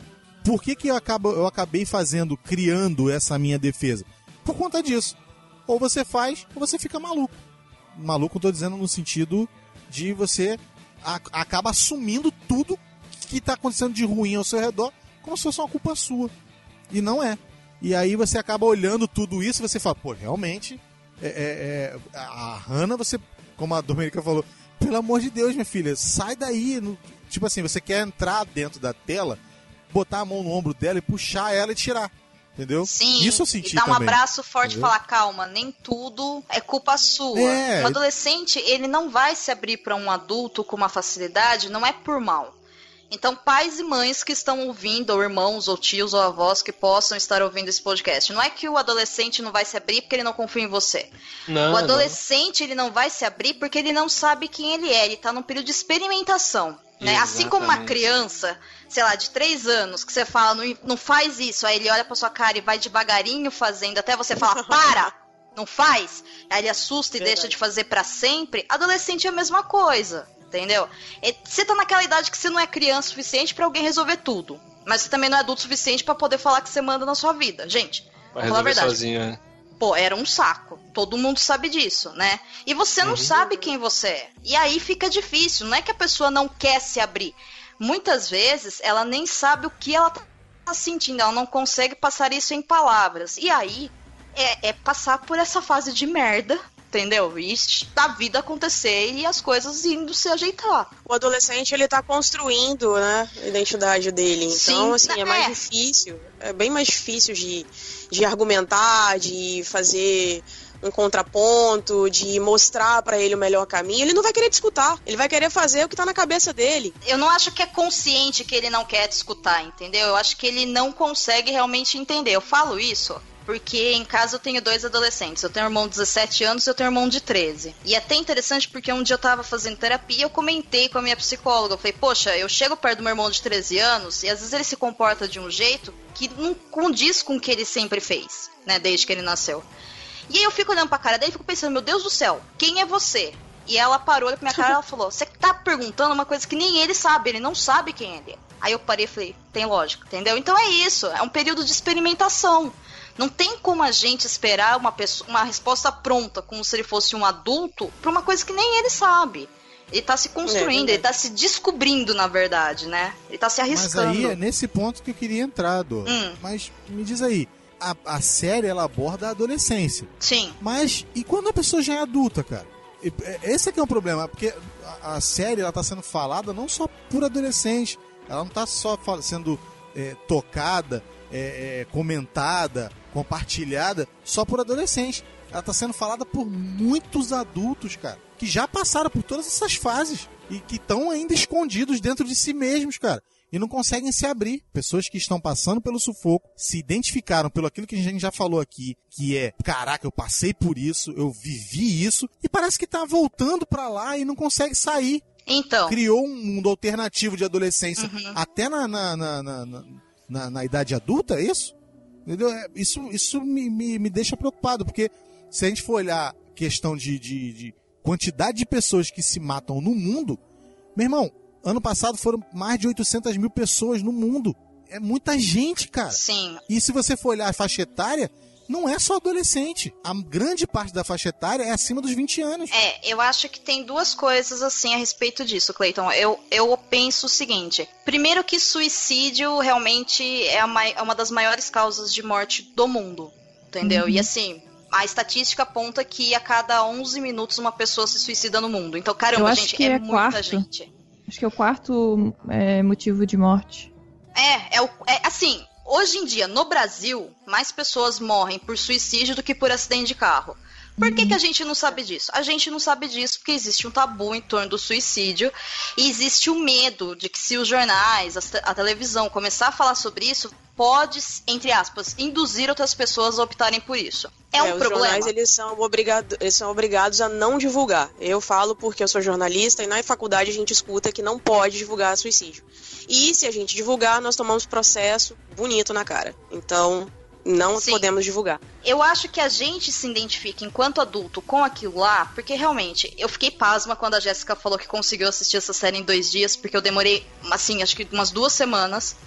por que que eu, acabo, eu acabei fazendo, criando essa minha defesa? Por conta disso. Ou você faz, ou você fica maluco. Maluco, eu tô dizendo no sentido de você a, acaba assumindo tudo que tá acontecendo de ruim ao seu redor como se fosse uma culpa sua. E não é. E aí você acaba olhando tudo isso e você fala, pô, realmente, é, é, é, a Hannah, você, como a Domenica falou, pelo amor de Deus, minha filha, sai daí. No, tipo assim, você quer entrar dentro da tela, botar a mão no ombro dela e puxar ela e tirar. Entendeu? Sim, isso eu senti e dar um também. abraço forte e Entendeu? falar, calma, nem tudo é culpa sua. É, o adolescente, ele não vai se abrir para um adulto com uma facilidade, não é por mal. Então, pais e mães que estão ouvindo, ou irmãos, ou tios, ou avós que possam estar ouvindo esse podcast, não é que o adolescente não vai se abrir porque ele não confia em você. Não, o adolescente, não. ele não vai se abrir porque ele não sabe quem ele é, ele está num período de experimentação. Né? Assim como uma criança, sei lá, de três anos, que você fala, não, não faz isso, aí ele olha pra sua cara e vai devagarinho fazendo, até você fala, para, não faz, aí ele assusta e Verdade. deixa de fazer pra sempre. Adolescente é a mesma coisa, entendeu? Você tá naquela idade que você não é criança o suficiente pra alguém resolver tudo, mas você também não é adulto o suficiente pra poder falar que você manda na sua vida. Gente, vamos falar a verdade. Sozinho, né? Pô, era um saco. Todo mundo sabe disso, né? E você não uhum. sabe quem você é. E aí fica difícil. Não é que a pessoa não quer se abrir. Muitas vezes, ela nem sabe o que ela tá sentindo. Ela não consegue passar isso em palavras. E aí, é, é passar por essa fase de merda, entendeu? E a vida acontecer e as coisas indo se ajeitar. O adolescente, ele tá construindo, né, a identidade dele. Então, Sim, assim, é, é mais difícil. É bem mais difícil de... de argumentar, de fazer um contraponto, de mostrar pra ele o melhor caminho. Ele não vai querer te escutar, ele vai querer fazer o que tá na cabeça dele. Eu não acho que é consciente que ele não quer te escutar, entendeu? Eu acho que ele não consegue realmente entender. Eu falo isso porque em casa eu tenho dois adolescentes. Eu tenho um irmão de dezessete anos e eu tenho um irmão de treze. E é até interessante porque um dia eu tava fazendo terapia e eu comentei com a minha psicóloga. Eu falei, poxa, eu chego perto do meu irmão de treze anos e às vezes ele se comporta de um jeito que não condiz com o que ele sempre fez, né, desde que ele nasceu. E aí eu fico olhando pra cara dele e fico pensando, meu Deus do céu, quem é você? E ela parou, olhou pra minha cara e ela falou, você tá perguntando uma coisa que nem ele sabe, ele não sabe quem ele é. Aí eu parei e falei, tem lógica, entendeu? Então é isso, é um período de experimentação. Não tem como a gente esperar uma, pessoa, uma resposta pronta, como se ele fosse um adulto, pra uma coisa que nem ele sabe. Ele tá se construindo, é, ele tá se descobrindo, na verdade, né? Ele tá se arriscando. Mas aí é nesse ponto que eu queria entrar, Dô. Hum. Mas me diz aí, a, a série, ela aborda a adolescência. Sim. Mas, e quando a pessoa já é adulta, cara? Esse é que é um problema, porque a, a série, ela tá sendo falada não só por adolescente, ela não tá só sendo é, tocada, é, é, comentada, compartilhada só por adolescente. Ela tá sendo falada por muitos adultos, cara, que já passaram por todas essas fases e que estão ainda escondidos dentro de si mesmos, cara, e não conseguem se abrir. Pessoas que estão passando pelo sufoco, se identificaram pelo aquilo que a gente já falou aqui, que é, caraca, eu passei por isso, eu vivi isso, e parece que tá voltando pra lá e não consegue sair. Então. Criou um mundo alternativo de adolescência, uhum. até na, na, na, na, na, na, na idade adulta, é isso? Entendeu? Isso, isso me, me, me deixa preocupado, porque se a gente for olhar questão de, de, de quantidade de pessoas que se matam no mundo, meu irmão, ano passado foram mais de oitocentas mil pessoas no mundo. É muita gente, cara. Sim. E se você for olhar a faixa etária, não é só adolescente. A grande parte da faixa etária é acima dos vinte anos. É, eu acho que tem duas coisas assim a respeito disso, Cleiton. Eu, eu penso o seguinte. Primeiro que suicídio realmente é, a, é uma das maiores causas de morte do mundo. Entendeu? Uhum. E assim, a estatística aponta que a cada onze minutos uma pessoa se suicida no mundo. Então, caramba, gente, é, é muita quarto. gente. Acho que é o quarto é, motivo de morte. É, é, o, é assim... Hoje em dia, no Brasil, mais pessoas morrem por suicídio do que por acidente de carro. Por que, que a gente não sabe disso? A gente não sabe disso porque existe um tabu em torno do suicídio e existe o medo de que se os jornais, a televisão começar a falar sobre isso, pode, entre aspas, induzir outras pessoas a optarem por isso. É, é um os problema. Os jornais, eles são, obrigado, eles são obrigados a não divulgar. Eu falo porque eu sou jornalista e na faculdade a gente escuta que não pode divulgar suicídio. E se a gente divulgar, nós tomamos processo bonito na cara. Então, não Sim. podemos divulgar. Eu acho que a gente se identifica enquanto adulto com aquilo lá, porque realmente, eu fiquei pasma quando a Jéssica falou que conseguiu assistir essa série em dois dias, porque eu demorei, assim, acho que umas duas semanas.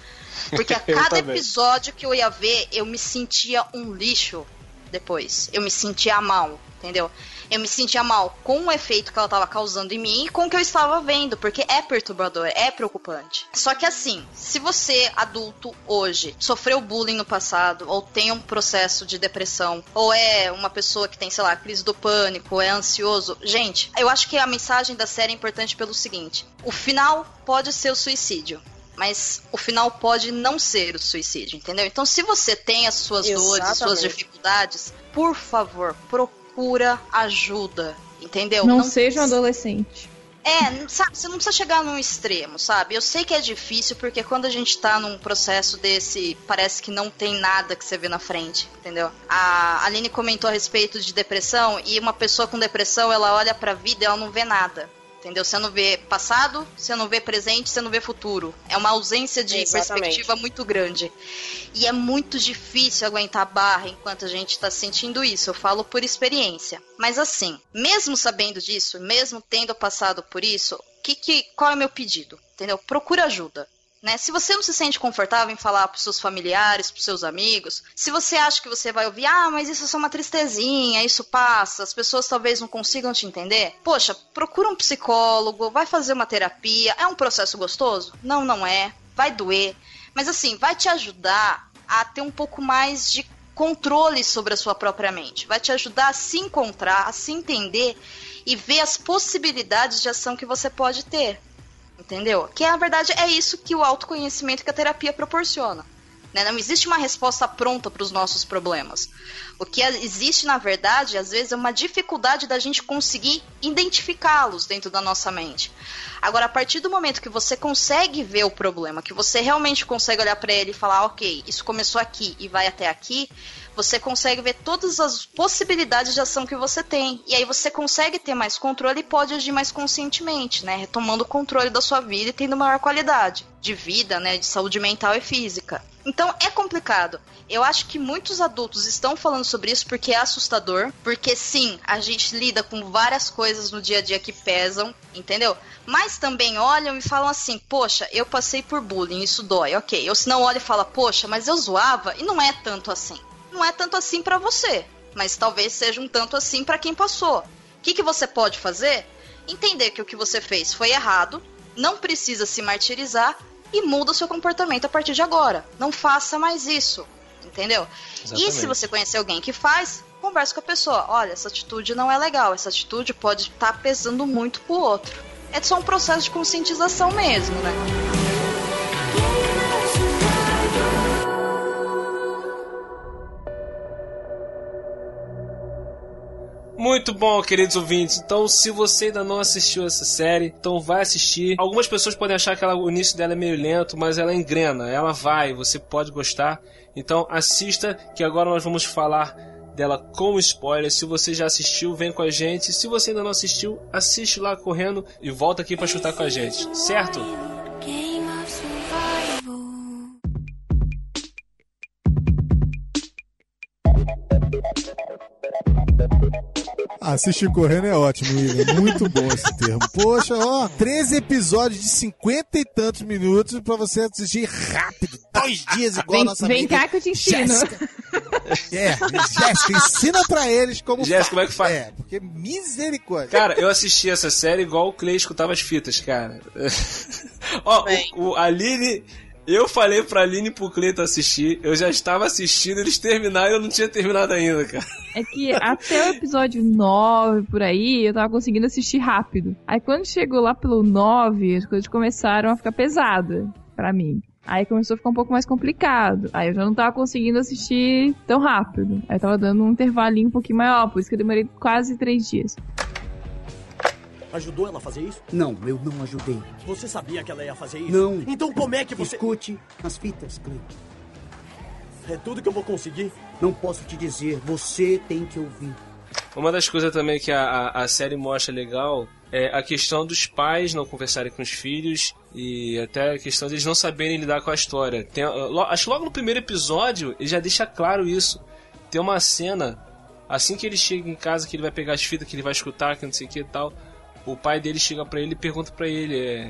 Porque a cada episódio que eu ia ver, eu me sentia um lixo depois. Eu me sentia mal, entendeu? Eu me sentia mal com o efeito que ela estava causando em mim e com o que eu estava vendo, porque é perturbador, é preocupante. Só que assim, se você, adulto, hoje, sofreu bullying no passado, ou tem um processo de depressão, ou é uma pessoa que tem, sei lá, crise do pânico, ou é ansioso, gente, eu acho que a mensagem da série é importante pelo seguinte: o final pode ser o suicídio, mas o final pode não ser o suicídio, entendeu? Então, se você tem as suas Exatamente. dores, as suas dificuldades, por favor, procura ajuda, entendeu? Não, não seja um adolescente. É, sabe, você não precisa chegar num extremo, sabe? Eu sei que é difícil, porque quando a gente tá num processo desse, parece que não tem nada que você vê na frente, entendeu? A Aline comentou a respeito de depressão, e uma pessoa com depressão, ela olha pra vida e ela não vê nada. Entendeu? Você não vê passado, você não vê presente, você não vê futuro. É uma ausência de Exatamente. perspectiva muito grande. E é muito difícil aguentar a barra enquanto a gente tá sentindo isso. Eu falo por experiência. Mas assim, mesmo sabendo disso, mesmo tendo passado por isso, que, que, qual é o meu pedido? Entendeu? Procura ajuda. Né? Se você não se sente confortável em falar pros seus familiares, pros seus amigos, se você acha que você vai ouvir, ah, mas isso é só uma tristezinha, isso passa, as pessoas talvez não consigam te entender, poxa, procura um psicólogo, vai fazer uma terapia. É um processo gostoso? Não, não é, vai doer, mas assim, vai te ajudar a ter um pouco mais de controle sobre a sua própria mente, vai te ajudar a se encontrar, a se entender e ver as possibilidades de ação que você pode ter. Entendeu? Que na verdade é isso que o autoconhecimento, que a terapia proporciona. Né? Não existe uma resposta pronta para os nossos problemas. O que existe, na verdade, às vezes é uma dificuldade da gente conseguir identificá-los dentro da nossa mente. Agora, a partir do momento que você consegue ver o problema, que você realmente consegue olhar para ele e falar, ok, isso começou aqui e vai até aqui, você consegue ver todas as possibilidades de ação que você tem. E aí você consegue ter mais controle e pode agir mais conscientemente, né? Retomando o controle da sua vida e tendo maior qualidade de vida, né? De saúde mental e física. Então é complicado. Eu acho que muitos adultos estão falando sobre isso porque é assustador. Porque sim, a gente lida com várias coisas no dia a dia que pesam, entendeu? Mas também olham e falam assim, poxa, eu passei por bullying, isso dói, ok. Ou se não olha e fala, poxa, mas eu zoava e não é tanto assim. Não é tanto assim pra você, mas talvez seja um tanto assim pra quem passou. O que, que você pode fazer? Entender que o que você fez foi errado, não precisa se martirizar e muda o seu comportamento a partir de agora. Não faça mais isso, entendeu? Exatamente. E se você conhecer alguém que faz, converse com a pessoa. Olha, essa atitude não é legal, essa atitude pode estar pesando muito pro outro. É só um processo de conscientização mesmo, né? Muito bom, queridos ouvintes. Então, se você ainda não assistiu essa série, então vai assistir. Algumas pessoas podem achar que ela, o início dela é meio lento, mas ela engrena, ela vai, você pode gostar. Então, assista, que agora nós vamos falar dela com spoiler. Se você já assistiu, vem com a gente. Se você ainda não assistiu, assiste lá correndo e volta aqui pra chutar com a gente, certo? Assistir correndo é ótimo, William. Muito bom esse termo. Poxa, ó, treze episódios de cinquenta e tantos minutos pra você assistir rápido. Dois dias igual vem, a nossa Vem amiga cá que eu te ensino. Jéssica. É, Jéssica, ensina pra eles como Jéssica, como é que faz? É, porque misericórdia. Cara, eu assisti essa série igual o Clay escutava as fitas, cara. Ó, o, o Aline... Eu falei pra Aline e pro Cleiton assistir, eu já estava assistindo, eles terminaram e eu não tinha terminado ainda, cara. É que até o episódio nove, por aí, eu tava conseguindo assistir rápido. Aí quando chegou lá pelo nove, as coisas começaram a ficar pesadas pra mim. Aí começou a ficar um pouco mais complicado. Aí eu já não tava conseguindo assistir tão rápido. Aí eu tava dando um intervalinho um pouquinho maior, por isso que eu demorei quase três dias. Ajudou ela a fazer isso? Não, eu não ajudei. Você sabia que ela ia fazer isso? Não. Então como é que você... Escute as fitas, Clay. É tudo que eu vou conseguir? Não posso te dizer, você tem que ouvir. Uma das coisas também que a, a, a série mostra legal é a questão dos pais não conversarem com os filhos e até a questão deles não saberem lidar com a história. Tem, acho que logo no primeiro episódio ele já deixa claro isso. Tem uma cena, assim que ele chega em casa, que ele vai pegar as fitas, que ele vai escutar, que não sei o que e tal, o pai dele chega pra ele e pergunta pra ele, é,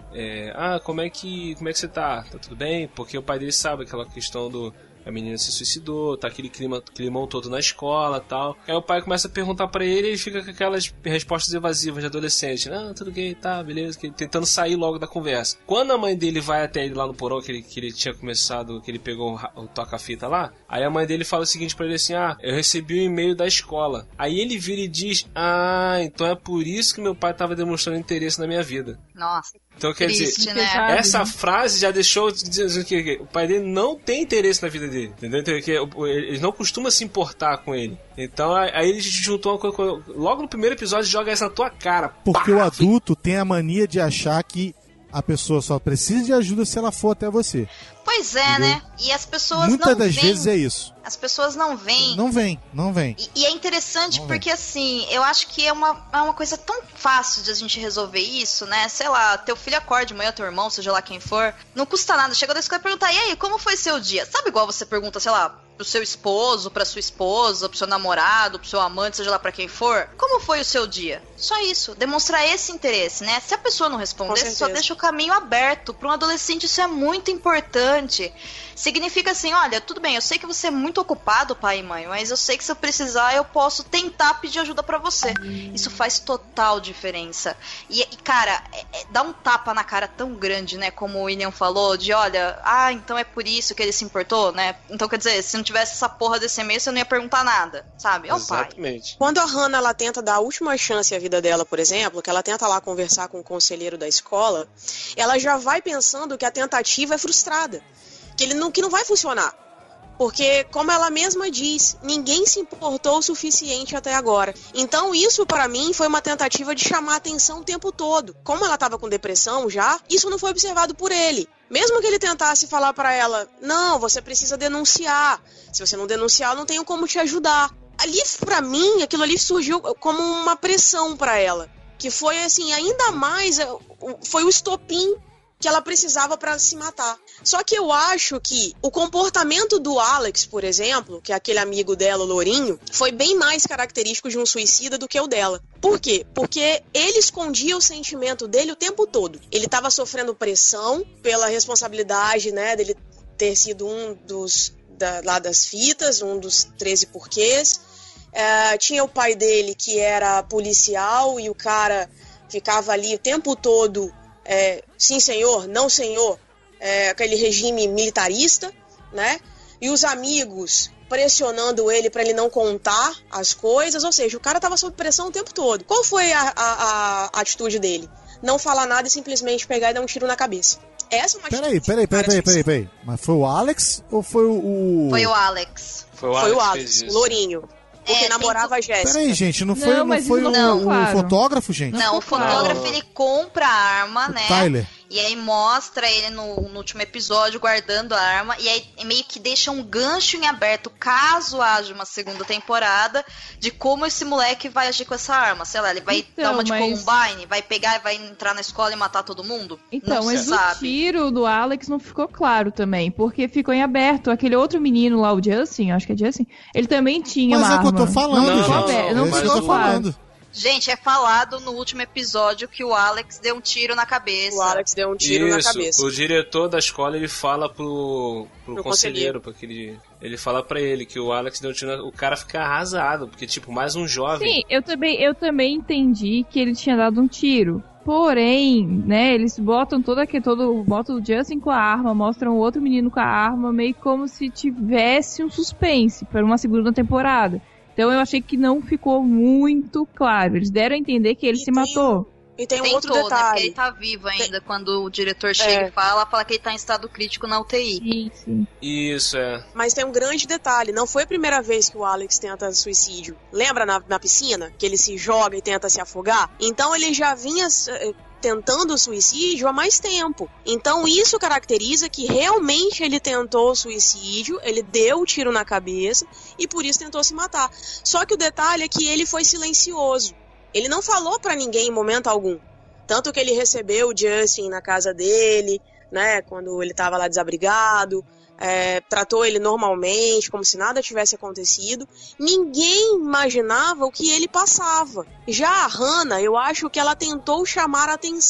é, ah, como é que como é que você tá? Tá tudo bem? Porque o pai dele sabe aquela questão do a menina se suicidou, tá aquele clima, climão todo na escola e tal. Aí o pai começa a perguntar pra ele e ele fica com aquelas respostas evasivas de adolescente. Ah, tudo bem, tá, beleza. Tentando sair logo da conversa. Quando a mãe dele vai até ele lá no porão, que ele, que ele tinha começado, que ele pegou o, o toca-fita lá, aí a mãe dele fala o seguinte pra ele assim, ah, eu recebi um e-mail da escola. Aí ele vira e diz, ah, então é por isso que meu pai tava demonstrando interesse na minha vida. Nossa. Então quer Triste, dizer, né? essa frase já deixou dizendo que o pai dele não tem interesse na vida dele, entendeu? Que ele não costuma se importar com ele. Então aí ele juntou uma coisa, logo no primeiro episódio joga essa na tua cara. Porque pá, o adulto tem a mania de achar que a pessoa só precisa de ajuda se ela for até você. Pois é, entendeu? Né? E as pessoas Muitas não das veem. vezes é isso. As pessoas não veem. Não vem, não vem. E, e é interessante não porque, vem. assim, eu acho que é uma, é uma coisa tão fácil de a gente resolver isso, né? Sei lá, teu filho acorda de manhã, teu irmão, seja lá quem for, não custa nada. Chega da escola e perguntar, e aí, como foi seu dia? Sabe igual você pergunta, sei lá, pro seu esposo, pra sua esposa, pro seu namorado, pro seu amante, seja lá pra quem for? Como foi o seu dia? Só isso. Demonstrar esse interesse, né? Se a pessoa não responder, só deixa o caminho aberto. Pra um adolescente isso é muito importante. Significa assim, olha, tudo bem, eu sei que você é muito ocupado, pai e mãe, mas eu sei que se eu precisar, eu posso tentar pedir ajuda pra você. Isso faz total diferença. E, e cara, é, é, dá um tapa na cara tão grande, né, como o William falou, de olha, ah, então é por isso que ele se importou, né? Então, quer dizer, se não tivesse essa porra desse e-mail, você não ia perguntar nada, sabe? É o pai. Exatamente. Quando a Hannah, ela tenta dar a última chance à vida dela, por exemplo, que ela tenta lá conversar com o conselheiro da escola, ela já vai pensando que a tentativa é frustrada. Que, ele não, que não vai funcionar. Porque, como ela mesma diz, ninguém se importou o suficiente até agora. Então, isso pra mim foi uma tentativa de chamar a atenção o tempo todo. Como ela tava com depressão já, isso não foi observado por ele. Mesmo que ele tentasse falar pra ela, não, você precisa denunciar. Se você não denunciar, eu não tenho como te ajudar. Ali, pra mim, aquilo ali surgiu como uma pressão pra ela. Que foi, assim, ainda mais, foi o estopim que ela precisava pra se matar. Só que eu acho que o comportamento do Alex, por exemplo, que é aquele amigo dela, o Lourinho, foi bem mais característico de um suicida do que o dela. Por quê? Porque ele escondia o sentimento dele o tempo todo. Ele estava sofrendo pressão pela responsabilidade, né, dele ter sido um dos da, lá das fitas, um dos treze porquês. É, tinha o pai dele que era policial e o cara ficava ali o tempo todo É, sim senhor, não senhor, é, aquele regime militarista, né? E os amigos pressionando ele para ele não contar as coisas, ou seja, o cara tava sob pressão o tempo todo. Qual foi a, a, a atitude dele? Não falar nada e simplesmente pegar e dar um tiro na cabeça. Essa é uma Peraí, peraí, peraí, peraí, peraí, peraí. Mas foi o Alex ou foi o... Foi o Alex. Foi o Alex, foi o, Alex o Lourinho. Porque é, namorava a Jéssica. Peraí, gente, não foi, não, não foi o, não, o claro. fotógrafo, gente? Não, o fotógrafo, ele compra a arma, o né? Tyler. E aí mostra ele no, no último episódio guardando a arma. E aí meio que deixa um gancho em aberto, caso haja uma segunda temporada, de como esse moleque vai agir com essa arma. Sei lá, ele vai então, dar uma de mas... Columbine, vai pegar e vai entrar na escola e matar todo mundo? Então, não mas se sabe. O tiro do Alex não ficou claro também, porque ficou em aberto. Aquele outro menino lá, o Justin, acho que é Justin, ele também tinha mas uma é arma. Mas é o que eu tô falando, não, gente. Ficou aberto, não é isso que eu tô claro. falando. Gente, é falado no último episódio que o Alex deu um tiro na cabeça. O Alex deu um tiro Isso, na cabeça. O diretor da escola, ele fala pro, pro, pro conselheiro, porque ele, ele fala pra ele que o Alex deu um tiro na... O cara fica arrasado, porque, tipo, mais um jovem... Sim, eu também, eu também entendi que ele tinha dado um tiro. Porém, né, eles botam todo aquele, todo, botam o Justin com a arma, mostram o outro menino com a arma, meio como se tivesse um suspense para uma segunda temporada. Então eu achei que não ficou muito claro. Eles deram a entender que ele e se tem, matou. E tem um Tentou, outro detalhe. Né? Porque ele tá vivo ainda. Tem... Quando o diretor chega é. e fala, fala que ele tá em estado crítico na U T I. Sim, sim. Isso, é. Mas tem um grande detalhe. Não foi a primeira vez que o Alex tenta suicídio. Lembra na, na piscina? Que ele se joga e tenta se afogar? Então ele já vinha... tentando o suicídio há mais tempo. Então isso caracteriza que realmente ele tentou o suicídio, ele deu o tiro na cabeça e por isso tentou se matar. Só que o detalhe é que ele foi silencioso. Ele não falou pra ninguém em momento algum. Tanto que ele recebeu o Justin na casa dele, né, quando ele tava lá desabrigado, é, tratou ele normalmente, como se nada tivesse acontecido. Ninguém imaginava o que ele passava. Já a Hannah, eu acho que ela tentou chamar a atenção.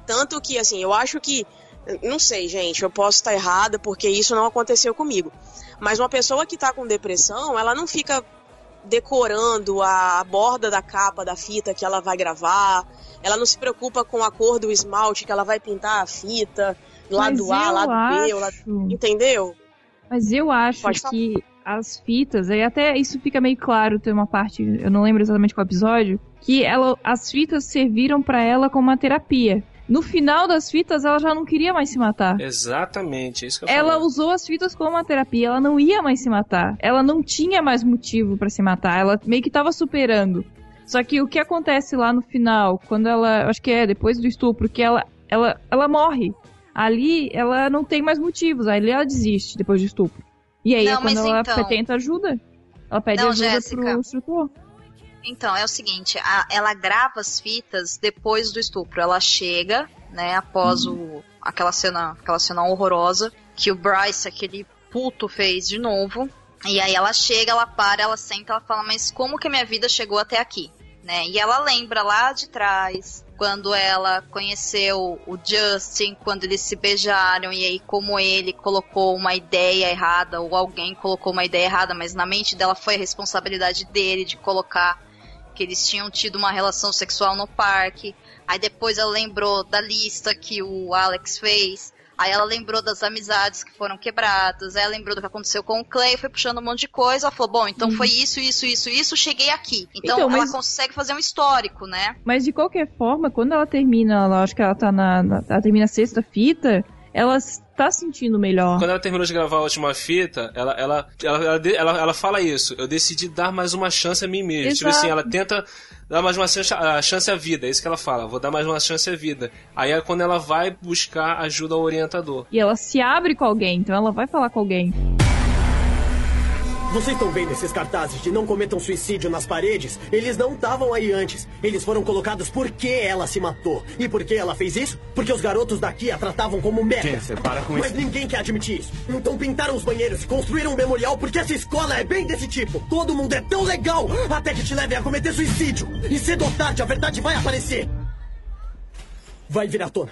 Tanto que, assim, eu acho que... Não sei, gente, eu posso estar errada porque isso não aconteceu comigo. Mas uma pessoa que tá com depressão, ela não fica decorando a borda da capa da fita que ela vai gravar. Ela não se preocupa com a cor do esmalte que ela vai pintar a fita, lado A, lado B, acho... lado... entendeu? Mas eu acho Pode que as fitas, aí até isso fica meio claro, tem uma parte, eu não lembro exatamente qual episódio, que ela, as fitas serviram pra ela como uma terapia. No final das fitas, ela já não queria mais se matar. Exatamente, é isso que eu Ela falo. usou as fitas como uma terapia, ela não ia mais se matar. Ela não tinha mais motivo pra se matar, ela meio que tava superando. Só que o que acontece lá no final, quando ela, acho que é depois do estupro, que ela, ela, ela morre. Ali, ela não tem mais motivos, ali ela desiste depois do estupro. E aí não, é quando ela então... tenta ajuda. Ela pede não, ajuda Jéssica. pro instrutor. Então, é o seguinte, a, ela grava as fitas depois do estupro. Ela chega, né, após Uhum. o, aquela cena, aquela cena horrorosa que o Bryce, aquele puto, fez de novo. E aí ela chega, ela para, ela senta, ela fala, mas como que a minha vida chegou até aqui? Né? E ela lembra lá de trás, quando ela conheceu o Justin, quando eles se beijaram, e aí como ele colocou uma ideia errada, ou alguém colocou uma ideia errada, mas na mente dela foi a responsabilidade dele de colocar que eles tinham tido uma relação sexual no parque. Aí depois ela lembrou da lista que o Alex fez. Aí ela lembrou das amizades que foram quebradas. Aí ela lembrou do que aconteceu com o Clay. Foi puxando um monte de coisa. Ela falou, bom, então Uhum. foi isso, isso, isso, isso. Cheguei aqui. Então, Então, ela mas- consegue fazer um histórico, né? Mas de qualquer forma, quando ela termina, ela, acho que ela tá na, na ela termina a sexta fita, ela tá sentindo melhor. Quando ela terminou de gravar a última fita, ela, ela, ela, ela, ela, ela fala isso. Eu decidi dar mais uma chance a mim mesma. Exato. Tipo assim, ela tenta dar mais uma chance, a chance à vida. É isso que ela fala. Vou dar mais uma chance à vida. Aí é quando ela vai buscar ajuda ao orientador. E ela se abre com alguém, então ela vai falar com alguém. Vocês estão vendo esses cartazes de não cometam suicídio nas paredes? Eles não estavam aí antes. Eles foram colocados porque ela se matou. E por que ela fez isso? Porque os garotos daqui a tratavam como merda. Jensen, para com Mas isso. ninguém quer admitir isso. Então pintaram os banheiros e construíram um memorial porque essa escola é bem desse tipo. Todo mundo é tão legal até que te levem a cometer suicídio. E cedo ou tarde a verdade vai aparecer. Vai vir à tona.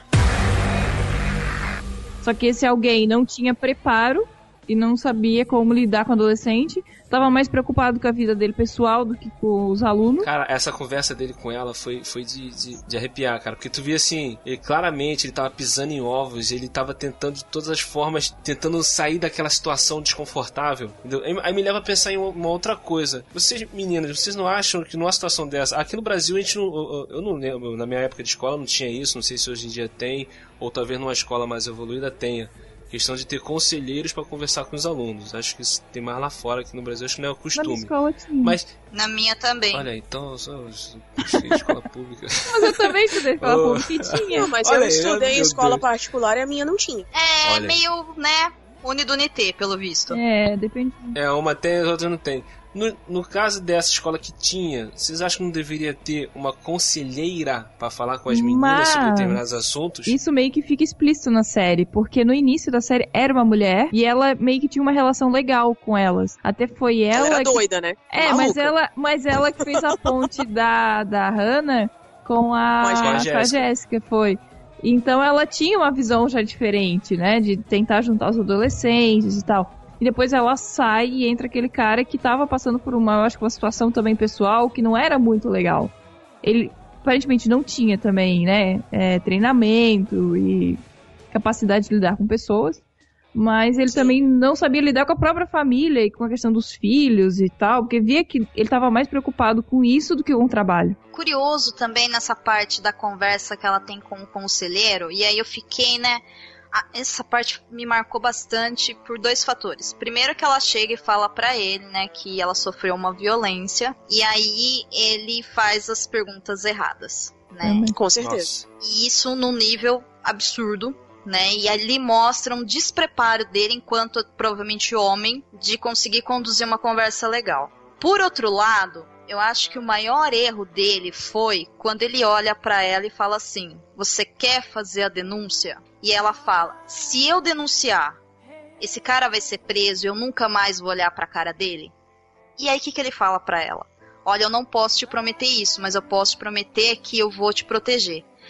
Só que esse alguém não tinha preparo e não sabia como lidar com o adolescente. Tava mais preocupado com a vida dele pessoal do que com os alunos. Cara, essa conversa dele com ela foi, foi de, de, de arrepiar, cara. Porque tu via assim, ele claramente ele tava pisando em ovos, ele tava tentando de todas as formas, tentando sair daquela situação desconfortável. Entendeu? Aí, aí me leva a pensar em uma, uma outra coisa. Vocês, meninas, vocês não acham que numa situação dessa... Aqui no Brasil a gente não... Eu, eu não lembro, na minha época de escola não tinha isso, não sei se hoje em dia tem, ou talvez numa escola mais evoluída tenha. Questão de ter conselheiros para conversar com os alunos. Acho que isso tem mais lá fora, aqui no Brasil acho que não é o costume. Na escola tinha. Mas, Na minha também. olha, então eu sou eu estudei escola pública. Mas eu também estudei escola Oh. pública e tinha. Não, mas Olha eu aí, estudei em meu escola Deus. particular e a minha não tinha. É Olha. meio, né, unidunité, pelo visto. É, depende. É, uma tem, a outra não tem. No, no caso dessa escola que tinha, vocês acham que não deveria ter uma conselheira para falar com as meninas Mas sobre determinados assuntos? Isso meio que fica explícito na série, porque no início da série era uma mulher e ela meio que tinha uma relação legal com elas. Até foi ela, Ela era que... doida, né? É, Maluca. mas ela, mas ela que fez a ponte da, da Hannah com a, Com a com a Jéssica. Jéssica, foi. Então ela tinha uma visão já diferente, né? De tentar juntar os adolescentes e tal. E depois ela sai e entra aquele cara que tava passando por uma, eu acho que uma situação também pessoal que não era muito legal. Ele aparentemente não tinha também, né? É, treinamento e capacidade de lidar com pessoas. Mas ele também não sabia lidar com a própria família e com a questão dos filhos e tal, porque via que ele estava mais preocupado com isso do que com o trabalho. Curioso também nessa parte da conversa que ela tem com o conselheiro, e aí eu fiquei, né, a- essa parte me marcou bastante por dois fatores. Primeiro que ela chega e fala pra ele, né, que ela sofreu uma violência, e aí ele faz as perguntas erradas, né? Também. Com certeza. Nossa. E isso num nível absurdo, né? E ali mostra um despreparo dele enquanto provavelmente homem de conseguir conduzir uma conversa legal. Por outro lado, eu acho que o maior erro dele foi quando ele olha pra ela e fala assim: "Você quer fazer a denúncia?" E ela fala: "Se eu denunciar, esse cara vai ser preso e eu nunca mais vou olhar pra cara dele." E aí o que, que ele fala pra ela? "Olha, eu não posso te prometer isso, mas eu posso te prometer que eu vou te proteger."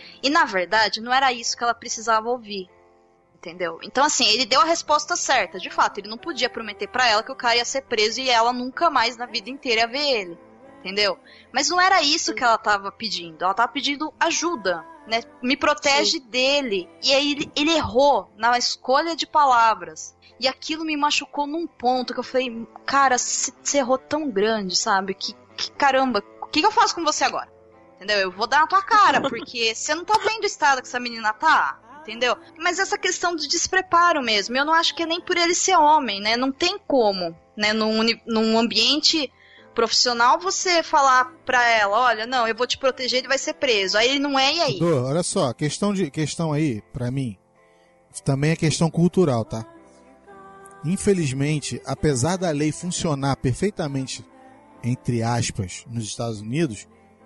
E na verdade, não era isso que ela precisava ouvir. Entendeu? Então, assim, ele deu a resposta certa. De fato, ele não podia prometer pra ela que o cara ia ser preso e ela nunca mais na vida inteira ia ver ele. Entendeu? Mas não era isso que ela tava pedindo. Ela tava pedindo ajuda, né? Me protege Sim. dele. E aí ele, ele errou na escolha de palavras. E aquilo me machucou num ponto que eu falei, cara, você errou tão grande, sabe? Que, que caramba, o que, que eu faço com você agora? Entendeu? Eu vou dar na tua cara, porque você não tá vendo o estado que essa menina tá. Entendeu? Mas essa questão de despreparo mesmo, eu não acho que é nem por ele ser homem, né? Não tem como, né? Num, num ambiente profissional você falar pra ela, olha, não, eu vou te proteger, ele vai ser preso. Aí ele não é, e aí? Dô, olha só, questão, de, questão aí, pra mim, também é questão cultural, tá? Infelizmente, apesar da lei funcionar perfeitamente, entre aspas, nos Estados Unidos,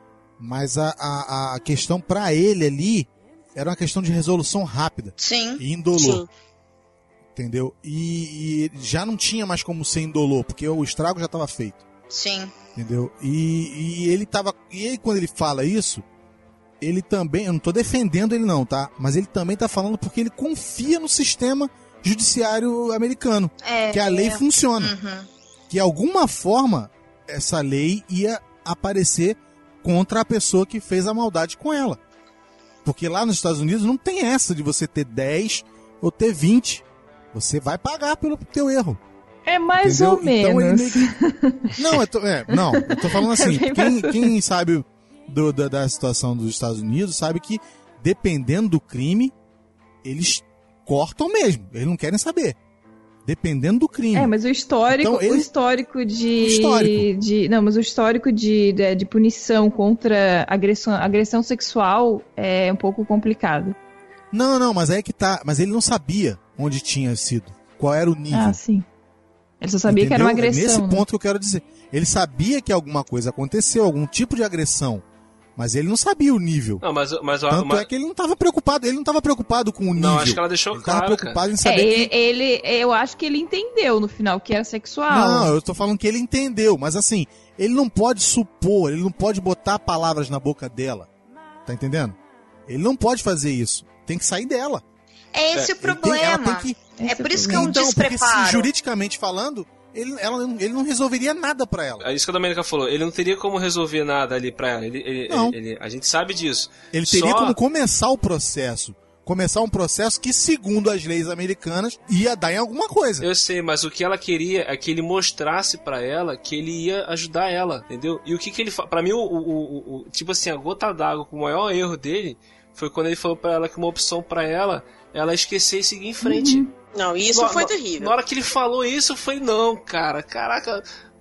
mas a, a, a questão pra ele ali era uma questão de resolução rápida. Sim. E indolor. Sim. Entendeu? E, e já não tinha mais como ser indolor, porque o estrago já estava feito. Sim. Entendeu? E, e ele tava. E ele, quando ele fala isso, ele também. Eu não tô defendendo ele, não, tá? Mas ele também tá falando porque ele confia no sistema judiciário americano. É, que a lei é. funciona. Uhum. Que de alguma forma essa lei ia aparecer contra a pessoa que fez a maldade com ela. Porque lá nos Estados Unidos não tem essa de você ter dez ou ter vinte. Você vai pagar pelo teu erro. É mais entendeu? ou Então, menos. ele meio que... Não, eu tô, é, não, eu tô falando assim, É quem, quem sabe do, da, da situação dos Estados Unidos sabe que, dependendo do crime, eles cortam mesmo. Eles não querem saber. Dependendo do crime. É, mas o histórico, então, ele... o histórico de, o histórico. de, não, mas o histórico de, de, de punição contra agressão, agressão sexual é um pouco complicado. Não, não, mas aí é que tá. Mas ele não sabia onde tinha sido, qual era o nível. Ah, sim. Ele só sabia, entendeu? Que era uma agressão. É nesse né? ponto que eu quero dizer. Ele sabia que alguma coisa aconteceu, algum tipo de agressão. Mas ele não sabia o nível. Não, mas, mas, Tanto mas... é que ele não estava preocupado, ele não estava preocupado com o nível. Não, acho que ela deixou ele claro, tava preocupado cara. em saber é, que... ele, eu acho que ele entendeu no final que era sexual. Não, eu tô falando que ele entendeu, mas assim, ele não pode supor, ele não pode botar palavras na boca dela. Tá entendendo? Ele não pode fazer isso. Tem que sair dela. É esse é, o problema. Tem, tem que... É por isso que é um então, despreparo. Porque se, juridicamente falando, ele, ela, ele não resolveria nada pra ela. É isso que a Domenica falou. Ele não teria como resolver nada ali pra ela. Ele, ele, não. Ele, ele, a gente sabe disso. Ele teria Só... como começar o processo. Começar um processo que, segundo as leis americanas, ia dar em alguma coisa. Eu sei, mas o que ela queria é que ele mostrasse pra ela que ele ia ajudar ela, entendeu? E o que que ele faz? Pra mim, o, o, o, o, tipo assim, a gota d'água, o maior erro dele foi quando ele falou pra ela que uma opção pra ela ela esquecer e seguir em frente. Uhum. Não, isso na, foi na, terrível. Na hora que ele falou isso, eu falei, não, cara, caraca,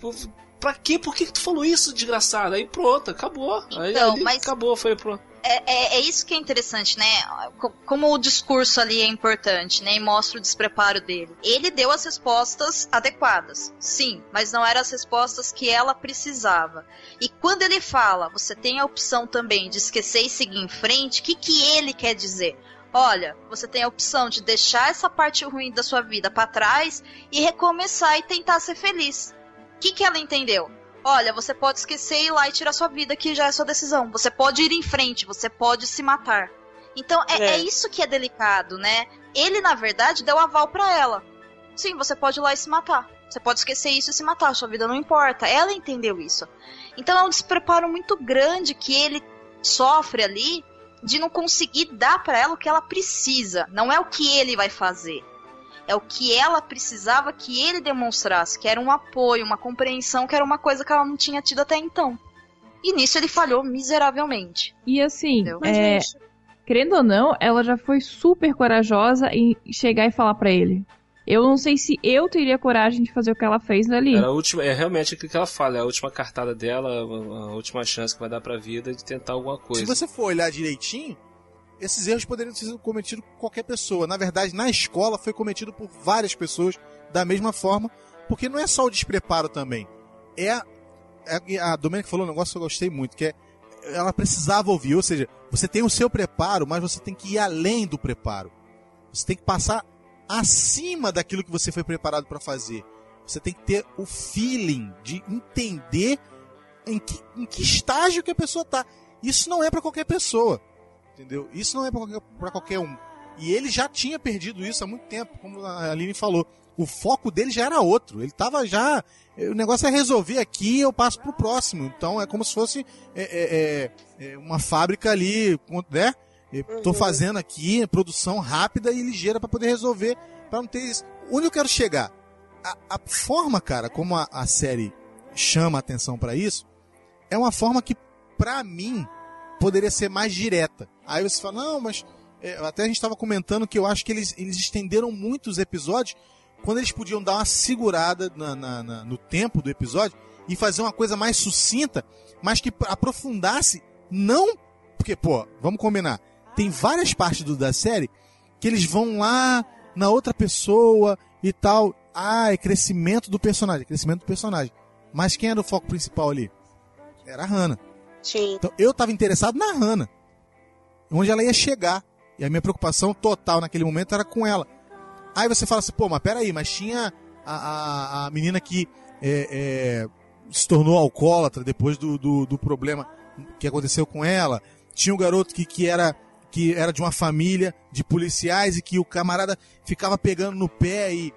pra quê? Por que, que tu falou isso, desgraçado? Aí pronto, acabou. Aí, então, aí mas acabou, foi pronto. É, é, é isso que é interessante, né? Como o discurso ali é importante, né? E mostra o despreparo dele. Ele deu as respostas adequadas, sim, mas não eram as respostas que ela precisava. E quando ele fala, você tem a opção também de esquecer e seguir em frente, o que, que ele quer dizer? Olha, você tem a opção de deixar essa parte ruim da sua vida pra trás e recomeçar e tentar ser feliz. O que, que ela entendeu? Olha, você pode esquecer e ir lá e tirar sua vida, que já é sua decisão. Você pode ir em frente, você pode se matar. Então, é, é. é isso que é delicado, né? Ele, na verdade, deu aval pra ela. Sim, você pode ir lá e se matar. Você pode esquecer isso e se matar, sua vida não importa. Ela entendeu isso. Então, é um despreparo muito grande que ele sofre ali de não conseguir dar pra ela o que ela precisa. Não é o que ele vai fazer. É o que ela precisava que ele demonstrasse, que era um apoio, uma compreensão, que era uma coisa que ela não tinha tido até então. E nisso ele falhou miseravelmente. E assim, é, querendo ou não, ela já foi super corajosa em chegar e falar pra ele. Eu não sei se eu teria coragem de fazer o que ela fez ali. Era a última, é realmente aquilo que ela fala, é a última cartada dela, a última chance que vai dar pra vida de tentar alguma coisa. Se você for olhar direitinho, esses erros poderiam ter sido cometidos por qualquer pessoa. Na verdade, na escola foi cometido por várias pessoas da mesma forma, porque não é só o despreparo também. É a, é a Domenica falou um negócio que eu gostei muito, que é ela precisava ouvir, ou seja, você tem o seu preparo, mas você tem que ir além do preparo. Você tem que passar acima daquilo que você foi preparado para fazer. Você tem que ter o feeling de entender em que, em que estágio que a pessoa está. Isso não é para qualquer pessoa. entendeu? Isso não é pra qualquer, pra qualquer um. E ele já tinha perdido isso há muito tempo, como a Aline falou. O foco dele já era outro. Ele tava já... O negócio é resolver aqui e eu passo pro próximo. Então é como se fosse é, é, é, uma fábrica ali, né? Eu tô fazendo aqui produção rápida e ligeira pra poder resolver, pra não ter isso. Onde eu quero chegar? A, a forma, cara, como a, a série chama a atenção pra isso, é uma forma que, pra mim, poderia ser mais direta. Aí você fala, não, mas... É, até a gente tava comentando que eu acho que eles, eles estenderam muito os episódios quando eles podiam dar uma segurada na, na, na, no tempo do episódio e fazer uma coisa mais sucinta, mas que aprofundasse, não... Porque, pô, vamos combinar, tem várias partes do, da série que eles vão lá na outra pessoa e tal. Ah, é crescimento do personagem, crescimento do personagem. Mas quem era o foco principal ali? Era a Hannah. Sim. Então eu tava interessado na Hannah, onde ela ia chegar. E a minha preocupação total naquele momento era com ela. Aí você fala assim, pô, mas peraí, mas tinha a, a, a menina que é, é, se tornou alcoólatra depois do, do, do problema que aconteceu com ela. Tinha um garoto que, que, era, que era de uma família de policiais e que o camarada ficava pegando no pé e,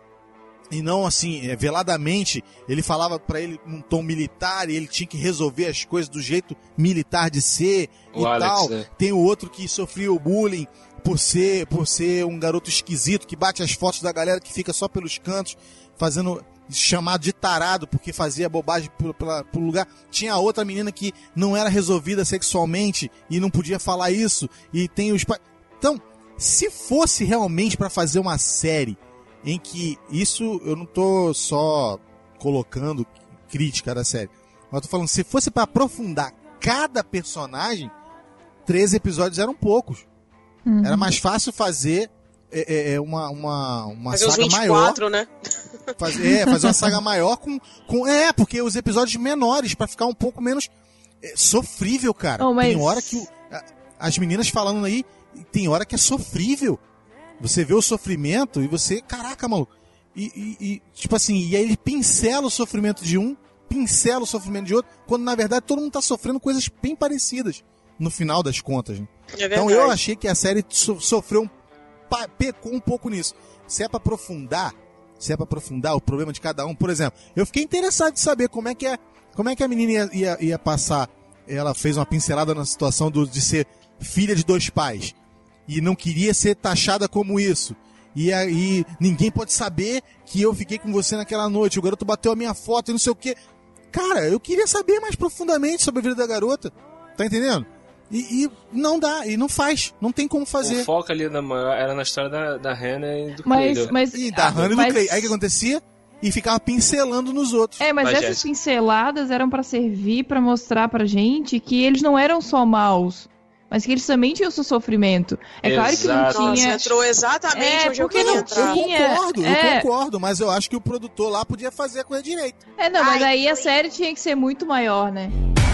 e não assim, é, veladamente. Ele falava pra ele num tom militar e ele tinha que resolver as coisas do jeito militar de ser o e Alex, tal. né? Tem o outro que sofria o bullying por ser, por ser um garoto esquisito, que bate as fotos da galera que fica só pelos cantos, fazendo chamado de tarado, porque fazia bobagem por, pela, por lugar. Tinha a outra menina que não era resolvida sexualmente e não podia falar isso, e tem os pais... Então, se fosse realmente pra fazer uma série em que isso, eu não tô só colocando crítica da série, mas eu tô falando, se fosse pra aprofundar cada personagem, treze episódios eram poucos. Uhum. Era mais fácil fazer é, é, uma, uma, uma fazer saga os vinte e quatro, maior. Né? Fazer, é, fazer uma saga maior com, com... É, porque os episódios menores, pra ficar um pouco menos é, sofrível, cara. Oh, mas... Tem hora que... O, a, as meninas falando aí, tem hora que é sofrível. Você vê o sofrimento e você... Caraca, maluco. E, e, e tipo assim, e aí ele pincela o sofrimento de um, pincela o sofrimento de outro, quando na verdade todo mundo tá sofrendo coisas bem parecidas. No final das contas, né? É então eu achei que a série so- sofreu um, pecou um pouco nisso. Se é pra aprofundar, se é pra aprofundar o problema de cada um, por exemplo, eu fiquei interessado de saber como é que, é, como é que a menina ia, ia, ia passar. Ela fez uma pincelada na situação do, de ser filha de dois pais e não queria ser taxada como isso. E aí ninguém pode saber que eu fiquei com você naquela noite, o garoto bateu a minha foto e não sei o que. Cara, eu queria saber mais profundamente sobre a vida da garota. Tá entendendo? E, e não dá, e não faz, não tem como fazer. O foco ali na maior era na história da, da Hannah e do mas, Clay. Mas, e da ah, Hannah e mas... do Clay. Aí o que acontecia? E ficava pincelando nos outros. É, mas Vai, essas Jéssica. pinceladas eram pra servir pra mostrar pra gente que eles não eram só maus, mas que eles também tinham seu sofrimento. É claro que não Exato. tinha... Nossa, entrou exatamente É, onde eu porque queria não entrar. tinha- Eu concordo, é. eu concordo, mas eu acho que o produtor lá podia fazer a coisa direito. É, não, mas Ai, aí a Clay. série tinha que ser muito maior, né?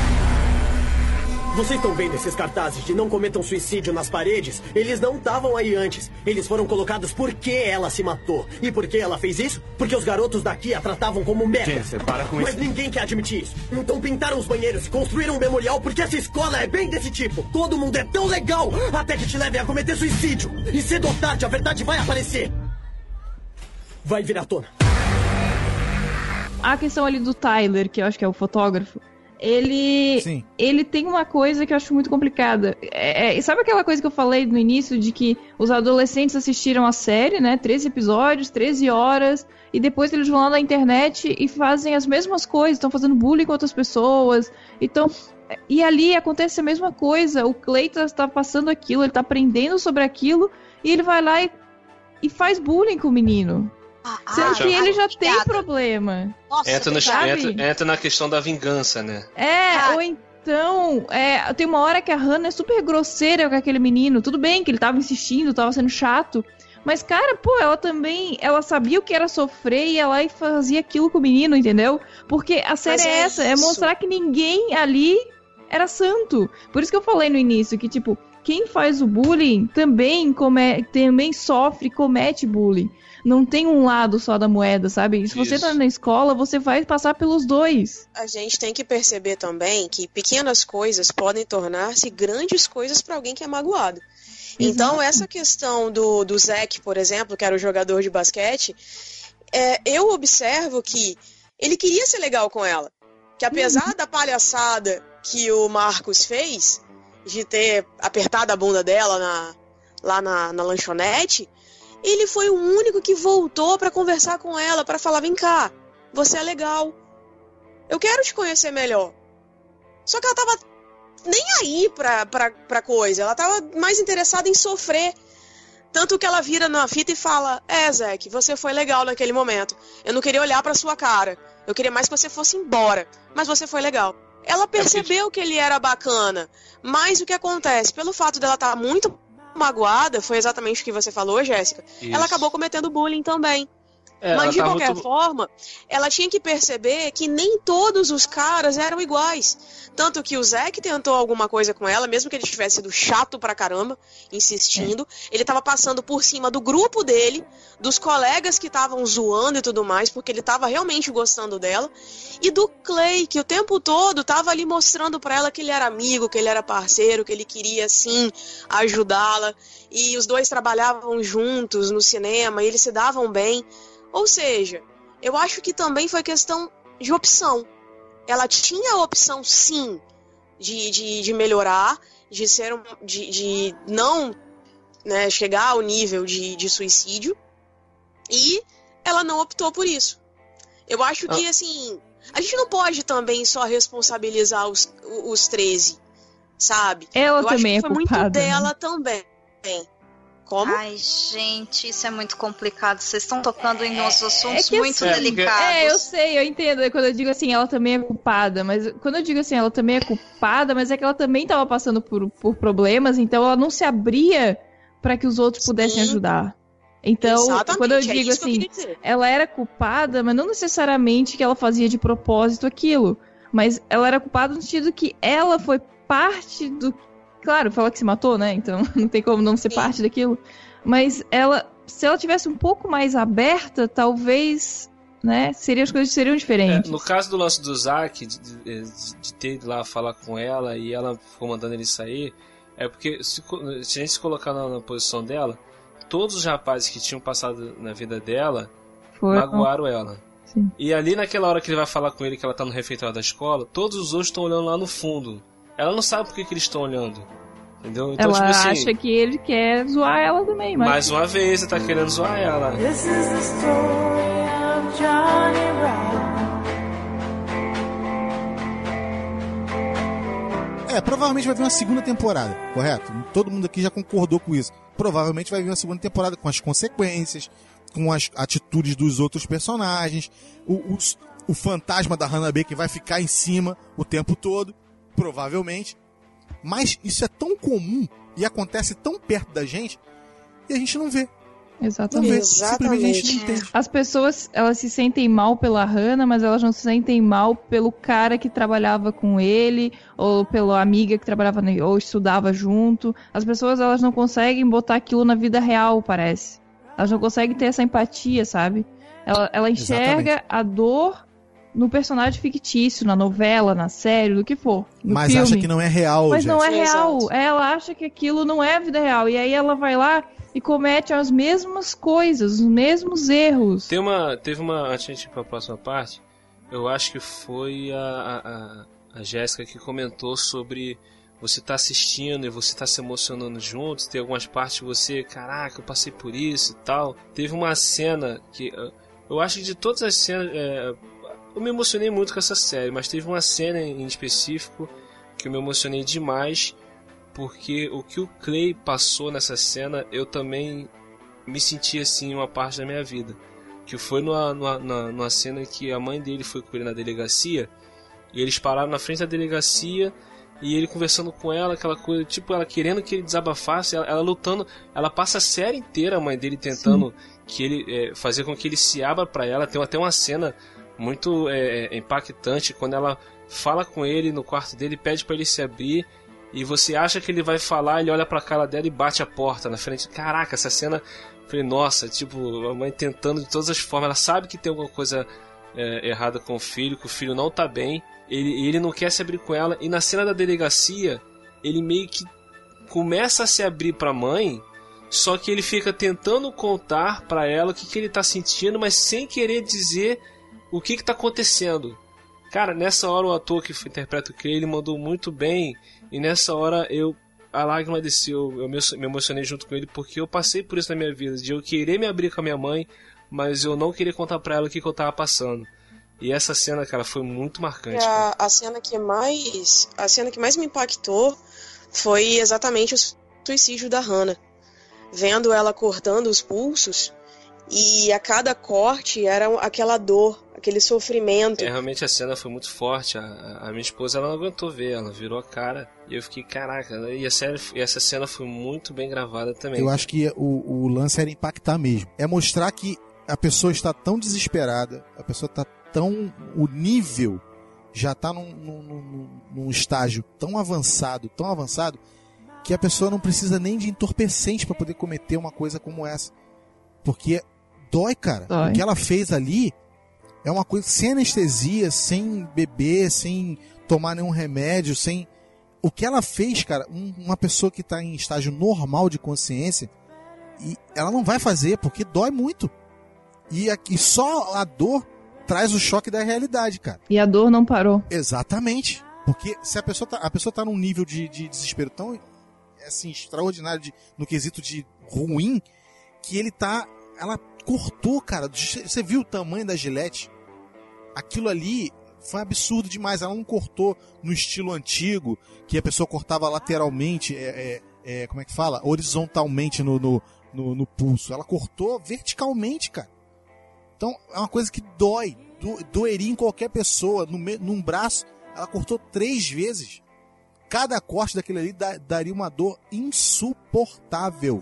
Vocês estão vendo esses cartazes de não cometam suicídio nas paredes? Eles não estavam aí antes. Eles foram colocados porque ela se matou. E por que ela fez isso? Porque os garotos daqui a tratavam como merda. Jensen, para com Mas isso. ninguém quer admitir isso. Então pintaram os banheiros e construíram um memorial porque essa escola é bem desse tipo. Todo mundo é tão legal até que te levem a cometer suicídio. E cedo ou tarde a verdade vai aparecer. Vai vir à tona. A questão ali do Tyler, que eu acho que é o fotógrafo, ele Sim. ele tem uma coisa que eu acho muito complicada. É, é, sabe aquela coisa que eu falei no início de que os adolescentes assistiram a série, né? treze episódios, treze horas, e depois eles vão lá na internet e fazem as mesmas coisas, estão fazendo bullying com outras pessoas. Então, e ali acontece a mesma coisa. O Clayton está passando aquilo, ele está aprendendo sobre aquilo, e ele vai lá e, e faz bullying com o menino. Ah, Sendo ah, que ele já tem piada. problema. Nossa, Entra, no, sabe? entra, entra na questão da vingança, né? É, Ah. ou então, é, tem uma hora que a Hannah é super grosseira com aquele menino. Tudo bem que ele tava insistindo, tava sendo chato. Mas, cara, pô, ela também, ela sabia o que era sofrer e ia lá e fazia aquilo com o menino, entendeu? Porque a série Mas é é essa, é isso. mostrar que ninguém ali era santo. Por isso que eu falei no início que, tipo, quem faz o bullying também, come, também sofre e comete bullying. Não tem um lado só da moeda, sabe? Se você Isso. tá na escola, você vai passar pelos dois. A gente tem que perceber também que pequenas coisas podem tornar-se grandes coisas para alguém que é magoado. Então, essa questão do, do Zack, por exemplo, que era o jogador de basquete, é, eu observo que ele queria ser legal com ela. Que apesar uhum. da palhaçada que o Marcos fez, de ter apertado a bunda dela na, lá na, na lanchonete, ele foi o único que voltou pra conversar com ela, pra falar, vem cá, você é legal, eu quero te conhecer melhor. Só que ela tava nem aí pra, pra, pra coisa, ela tava mais interessada em sofrer. Tanto que ela vira na fita e fala, é, Zack, você foi legal naquele momento, eu não queria olhar pra sua cara, eu queria mais que você fosse embora, mas você foi legal. Ela percebeu que ele era bacana, mas o que acontece? Pelo fato dela estar muito magoada, foi exatamente o que você falou, Jéssica, ela acabou cometendo bullying também. É, mas de tá qualquer muito... forma, ela tinha que perceber que nem todos os caras eram iguais. Tanto que o Zack tentou alguma coisa com ela, mesmo que ele tivesse sido chato pra caramba, insistindo. É. Ele tava passando por cima do grupo dele, dos colegas que estavam zoando e tudo mais, porque ele tava realmente gostando dela. E do Clay, que o tempo todo tava ali mostrando pra ela que ele era amigo, que ele era parceiro, que ele queria, sim, ajudá-la. E os dois trabalhavam juntos no cinema, e eles se davam bem. Ou seja, eu acho que também foi questão de opção. Ela tinha a opção, sim, de, de, de melhorar, de, ser um, de, de não, né, chegar ao nível de, de suicídio, e ela não optou por isso. Eu acho que, assim, a gente não pode também só responsabilizar os, os treze, sabe? Ela eu também acho que foi é culpada, muito dela né? também. Como? Ai, gente, isso é muito complicado. Vocês estão tocando em uns assuntos é muito assim, delicados. É, eu sei, eu entendo. Quando eu digo assim, ela também é culpada. Mas quando eu digo assim, ela também é culpada, mas é que ela também estava passando por, por problemas, então ela não se abria para que os outros pudessem Sim. ajudar. Então, Exatamente, quando eu digo é assim, eu ela era culpada, mas não necessariamente que ela fazia de propósito aquilo. Mas ela era culpada no sentido que ela foi parte do... Claro, fala que se matou, né? Então não tem como não ser Sim. parte daquilo. Mas ela, se ela tivesse um pouco mais aberta, talvez, né? Seria, as coisas seriam diferentes. É, no caso do lance do Zack, de, de, de ter ido lá falar com ela e ela ficou mandando ele sair, é porque se, se a gente se colocar na, na posição dela, todos os rapazes que tinham passado na vida dela Foram. magoaram ela. Sim. E ali naquela hora que ele vai falar com ele, que ela tá no refeitório da escola, todos os outros estão olhando lá no fundo. Ela não sabe por que, que eles estão olhando. Entendeu? Então, ela tipo assim, acha que ele quer zoar ela também. Mas... Mais uma vez, ele tá querendo zoar ela. This is the story of Johnny Brown. É, provavelmente vai vir uma segunda temporada, correto? Todo mundo aqui já concordou com isso. Provavelmente vai vir uma segunda temporada com as consequências, com as atitudes dos outros personagens. O, os, o fantasma da Hannah Baker vai ficar em cima o tempo todo. Provavelmente. Mas isso é tão comum e acontece tão perto da gente e a gente não vê. Exatamente. Não vê. Simplesmente a gente não entende. As pessoas, elas se sentem mal pela Hannah, mas elas não se sentem mal pelo cara que trabalhava com ele, ou pela amiga que trabalhava ou estudava junto. As pessoas, elas não conseguem botar aquilo na vida real, parece. Elas não conseguem ter essa empatia, sabe? Ela, ela enxerga Exatamente. a dor no personagem fictício, na novela, na série, do que for. Mas filme. acha que não é real, Mas gente. não é real. Exato. Ela acha que aquilo não é a vida real. E aí ela vai lá e comete as mesmas coisas, os mesmos erros. Tem uma, teve uma... Antes de a gente ir pra próxima parte, eu acho que foi a, a, a Jéssica que comentou sobre você tá assistindo e você tá se emocionando juntos. Tem algumas partes que você... Caraca, eu passei por isso e tal. Teve uma cena que... Eu acho que de todas as cenas... É, eu me emocionei muito com essa série, mas teve uma cena em específico que eu me emocionei demais, porque o que o Clay passou nessa cena, eu também me senti assim em uma parte da minha vida. Que foi numa, numa, numa cena em que a mãe dele foi com ele na delegacia, e eles pararam na frente da delegacia, e ele conversando com ela, aquela coisa, tipo, ela querendo que ele desabafasse, ela, ela lutando, ela passa a série inteira, a mãe dele tentando Sim. que ele, é, fazer com que ele se abra pra ela. Tem até uma cena muito é, impactante quando ela fala com ele no quarto dele, pede para ele se abrir e você acha que ele vai falar, ele olha pra cara dela e bate a porta na frente. Caraca, essa cena, falei, nossa, tipo, a mãe tentando de todas as formas, ela sabe que tem alguma coisa é, errada com o filho, que o filho não tá bem, ele, ele não quer se abrir com ela, e na cena da delegacia, ele meio que começa a se abrir pra mãe, só que ele fica tentando contar pra ela o que, que ele tá sentindo, mas sem querer dizer o que que tá acontecendo. Cara, nessa hora o ator que interpreta o Clay, ele mandou muito bem, e nessa hora eu a lágrima desceu, eu me, me emocionei junto com ele, porque eu passei por isso na minha vida, de eu querer me abrir com a minha mãe, mas eu não queria contar pra ela o que, que eu tava passando. E essa cena, cara, foi muito marcante. A, a cena que mais a cena que mais me impactou foi exatamente o suicídio da Hannah. Vendo ela cortando os pulsos, e a cada corte era aquela dor, aquele sofrimento. É, realmente a cena foi muito forte. A, a minha esposa, ela não aguentou ver, ela virou a cara e eu fiquei, caraca, e, a série, e essa cena foi muito bem gravada também. Eu acho que o, o lance era impactar mesmo. É mostrar que a pessoa está tão desesperada, a pessoa está tão... o nível já está num, num, num, num estágio tão avançado, tão avançado, que a pessoa não precisa nem de entorpecente para poder cometer uma coisa como essa. Porque dói, cara. Dói. O que ela fez ali é uma coisa sem anestesia, sem beber, sem tomar nenhum remédio, sem... O que ela fez, cara, um, uma pessoa que está em estágio normal de consciência, e ela não vai fazer, porque dói muito. E, e só a dor traz o choque da realidade, cara. E a dor não parou. Exatamente. Porque se a pessoa tá, a pessoa tá num nível de, de desespero tão... assim, extraordinário de, no quesito de ruim, que ele tá, ela cortou, cara, você viu o tamanho da gilete? Aquilo ali foi absurdo demais, ela não cortou no estilo antigo, que a pessoa cortava lateralmente, é, é, é, como é que fala? Horizontalmente no, no, no, no pulso, ela cortou verticalmente, cara. Então é uma coisa que dói, do, doeria em qualquer pessoa, no, num braço, ela cortou três vezes. Cada corte daquele ali daria uma dor insuportável.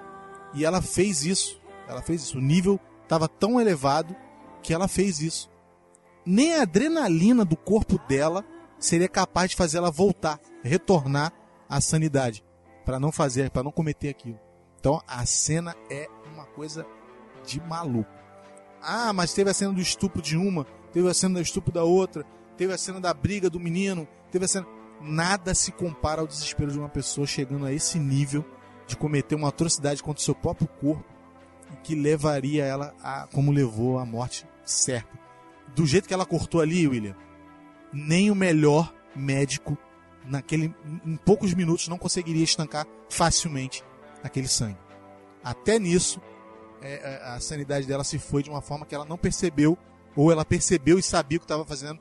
E ela fez isso. Ela fez isso. O nível estava tão elevado que ela fez isso. Nem a adrenalina do corpo dela seria capaz de fazer ela voltar, retornar à sanidade, para não fazer, para não cometer aquilo. Então a cena é uma coisa de maluco. Ah, mas teve a cena do estupro de uma, teve a cena do estupro da outra, teve a cena da briga do menino, teve a cena... Nada se compara ao desespero de uma pessoa chegando a esse nível de cometer uma atrocidade contra o seu próprio corpo, que levaria ela a, como levou, a morte certa. Do jeito que ela cortou ali, William, nem o melhor médico naquele, em poucos minutos não conseguiria estancar facilmente aquele sangue. Até nisso, é, a sanidade dela se foi de uma forma que ela não percebeu, ou ela percebeu e sabia o que estava fazendo.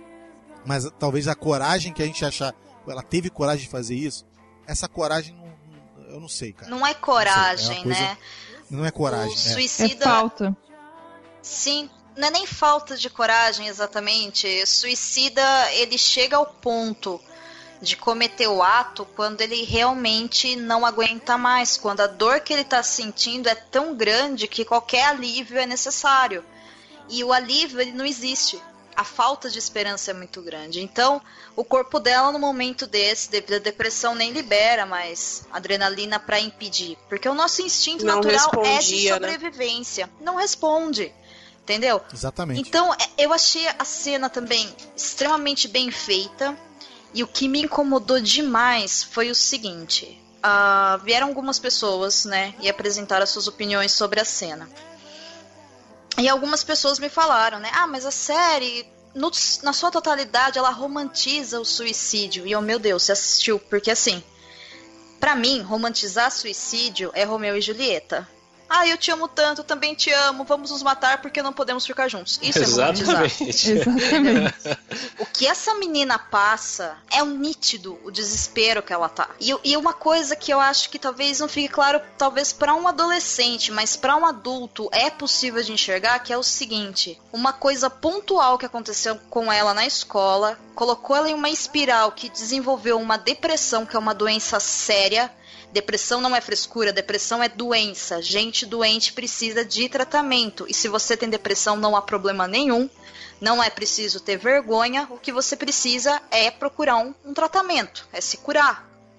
Mas talvez a coragem que a gente achar, ela teve coragem de fazer isso, essa coragem, não, não, eu não sei, cara. Não é coragem, não sei, é coisa, né? Não é coragem, o suicida... É falta. Sim, não é nem falta de coragem exatamente. O suicida, ele chega ao ponto de cometer o ato quando ele realmente não aguenta mais, quando a dor que ele está sentindo é tão grande que qualquer alívio é necessário. E o alívio, ele não existe. A falta de esperança é muito grande. Então, o corpo dela, no momento desse, devido à depressão, nem libera mais adrenalina para impedir. Porque o nosso instinto não natural é de sobrevivência. Né? Não responde. Entendeu? Exatamente. Então, eu achei a cena também extremamente bem feita. E o que me incomodou demais foi o seguinte. Uh, vieram algumas pessoas, né, e apresentaram as suas opiniões sobre a cena. E algumas pessoas me falaram, né? Ah, mas a série, no, na sua totalidade, ela romantiza o suicídio. E eu, meu Deus, você assistiu? Porque assim, pra mim, romantizar suicídio é Romeu e Julieta. Ah, eu te amo tanto, eu também te amo, vamos nos matar porque não podemos ficar juntos. Isso Exatamente. é romantizar. Exatamente. O que essa menina passa é um nítido, o desespero que ela tá. E, e uma coisa que eu acho que talvez não fique claro, talvez para um adolescente, mas para um adulto é possível de enxergar, que é o seguinte: uma coisa pontual que aconteceu com ela na escola, colocou ela em uma espiral que desenvolveu uma depressão, que é uma doença séria. Depressão não é frescura, depressão é doença. Gente doente precisa de tratamento. E se você tem depressão, não há problema nenhum. Não é preciso ter vergonha. O que você precisa é procurar um, um tratamento, é se curar.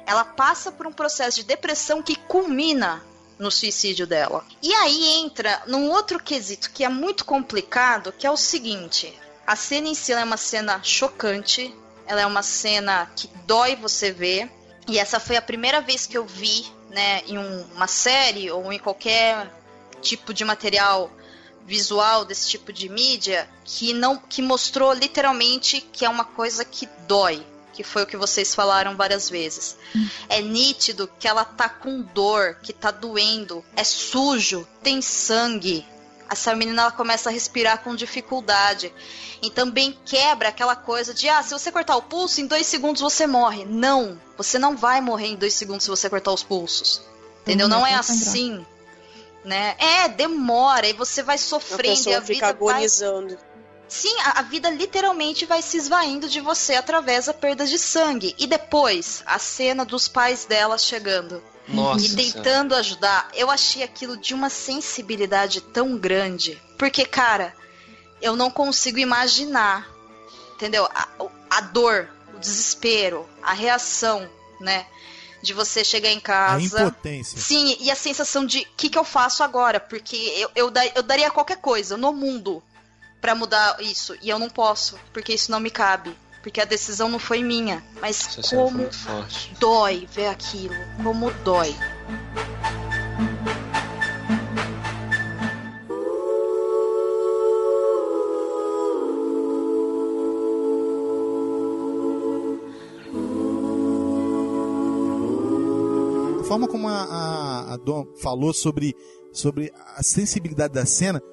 ela passa por um processo de depressão que culmina no suicídio dela. E aí entra num outro quesito que é muito complicado, que é o seguinte: a cena em si ela é uma cena chocante, ela é uma cena que dói você ver, e essa foi a primeira vez que eu vi, né, em um, uma série ou em qualquer tipo de material visual desse tipo de mídia, que não, que mostrou literalmente que é uma coisa que dói, que foi o que vocês falaram várias vezes. Hum. É nítido que ela tá com dor, que tá doendo, é sujo, tem sangue. Essa menina ela começa a respirar com dificuldade. E também quebra aquela coisa de, ah, se você cortar o pulso, em dois segundos você morre. Não, você não vai morrer em dois segundos se você cortar os pulsos. Entendeu? Hum, não é assim. Né? É, demora, e você vai sofrendo e a vida agonizando. Vai... Sim, a, a vida literalmente vai se esvaindo de você através da perda de sangue. E depois, a cena dos pais dela chegando. Nossa, e tentando ajudar. Eu achei aquilo de uma sensibilidade tão grande. Porque, cara, eu não consigo imaginar, entendeu? A, a dor, o desespero, a reação, né? De você chegar em casa... A impotência. Sim, e a sensação de, o que, que eu faço agora? Porque eu, eu, eu daria qualquer coisa no mundo pra mudar isso. E eu não posso, porque isso não me cabe. Porque a decisão não foi minha. Mas Essa como dói ver aquilo. Como dói. A forma como a, a, a Dom falou sobre, sobre a sensibilidade da cena,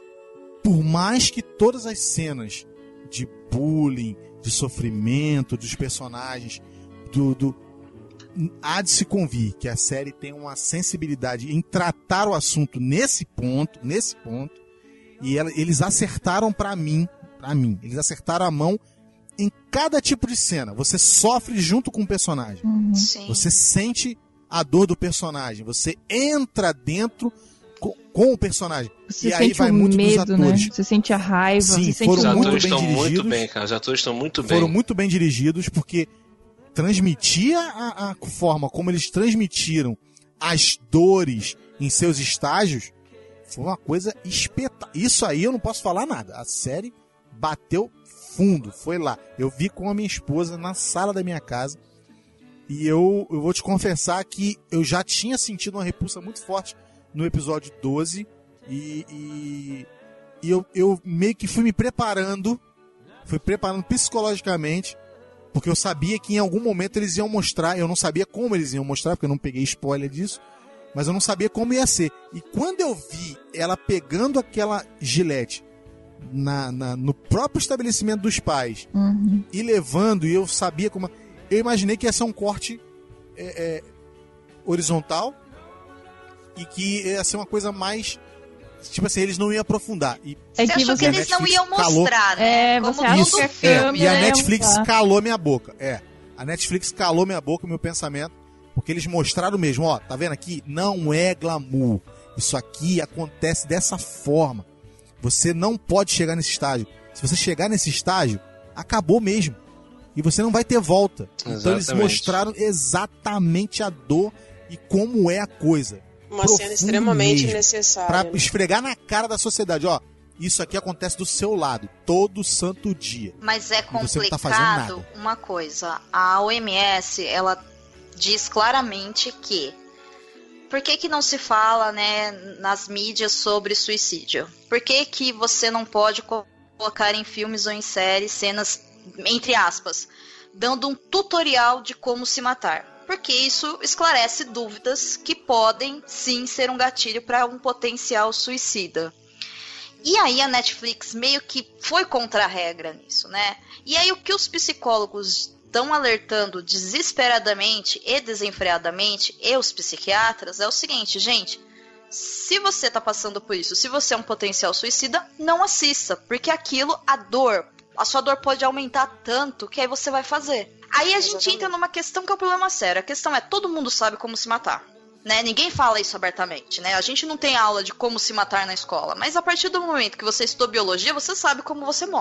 por mais que todas as cenas de bullying, de sofrimento dos personagens, do, do, há de se convir que a série tem uma sensibilidade em tratar o assunto nesse ponto, nesse ponto, e ela, eles acertaram pra mim, pra mim, eles acertaram a mão em cada tipo de cena. Você sofre junto com o personagem. Uhum. Você sente a dor do personagem, você entra dentro com, com o personagem. Você e sente aí vai o muito medo, dos atores. né? Você sente a raiva. Sim, você foram sente Os muito atores bem estão dirigidos. muito bem, cara. Os atores estão muito bem. Foram muito bem dirigidos, porque transmitia a, a forma como eles transmitiram as dores em seus estágios foi uma coisa espetacular. Isso aí eu não posso falar nada. A série bateu fundo, foi lá. Eu vi com a minha esposa na sala da minha casa. E eu, eu vou te confessar que eu já tinha sentido uma repulsa muito forte no episódio doze. E, e, e eu, eu meio que fui me preparando, fui preparando psicologicamente, porque eu sabia que em algum momento eles iam mostrar, eu não sabia como eles iam mostrar, porque eu não peguei spoiler disso, mas eu não sabia como ia ser. E quando eu vi ela pegando aquela gilete na, na, no próprio estabelecimento dos pais, uhum. e levando, e eu sabia como... Eu imaginei que ia ser um corte é, é, horizontal e que ia ser uma coisa mais... Tipo assim, eles não iam aprofundar. E é que você que eles não iam mostrar, calou... né? É, como você acha que é filme, é, e a né? Netflix Tá. calou minha boca. É, a Netflix calou minha boca, meu pensamento, porque eles mostraram mesmo, ó, tá vendo aqui? Não é glamour. Isso aqui acontece dessa forma. Você não pode chegar nesse estágio. Se você chegar nesse estágio, acabou mesmo. E você não vai ter volta. Exatamente. Então eles mostraram exatamente a dor e como é a coisa. Uma Profundo cena extremamente mesmo, necessária. pra né? esfregar na cara da sociedade, ó. Isso aqui acontece do seu lado, todo santo dia. Mas é E você não tá fazendo complicado nada. uma coisa. A O M S, ela diz claramente que... Por que que não se fala, né, nas mídias sobre suicídio? Por que que você não pode colocar em filmes ou em séries cenas, entre aspas, dando um tutorial de como se matar? Porque isso esclarece dúvidas que podem, sim, ser um gatilho para um potencial suicida. E aí a Netflix meio que foi contra a regra nisso, né? E aí o que os psicólogos estão alertando desesperadamente e desenfreadamente, e os psiquiatras, é o seguinte, gente, se você tá passando por isso, se você é um potencial suicida, não assista, porque aquilo, a dor, a sua dor pode aumentar tanto que aí você vai fazer. Aí a gente Exatamente. entra numa questão que é um problema sério, a questão é, todo mundo sabe como se matar. Né? Ninguém fala isso abertamente, né? A gente não tem aula de como se matar na escola, mas a partir do momento que você estudou biologia, você sabe como você morre.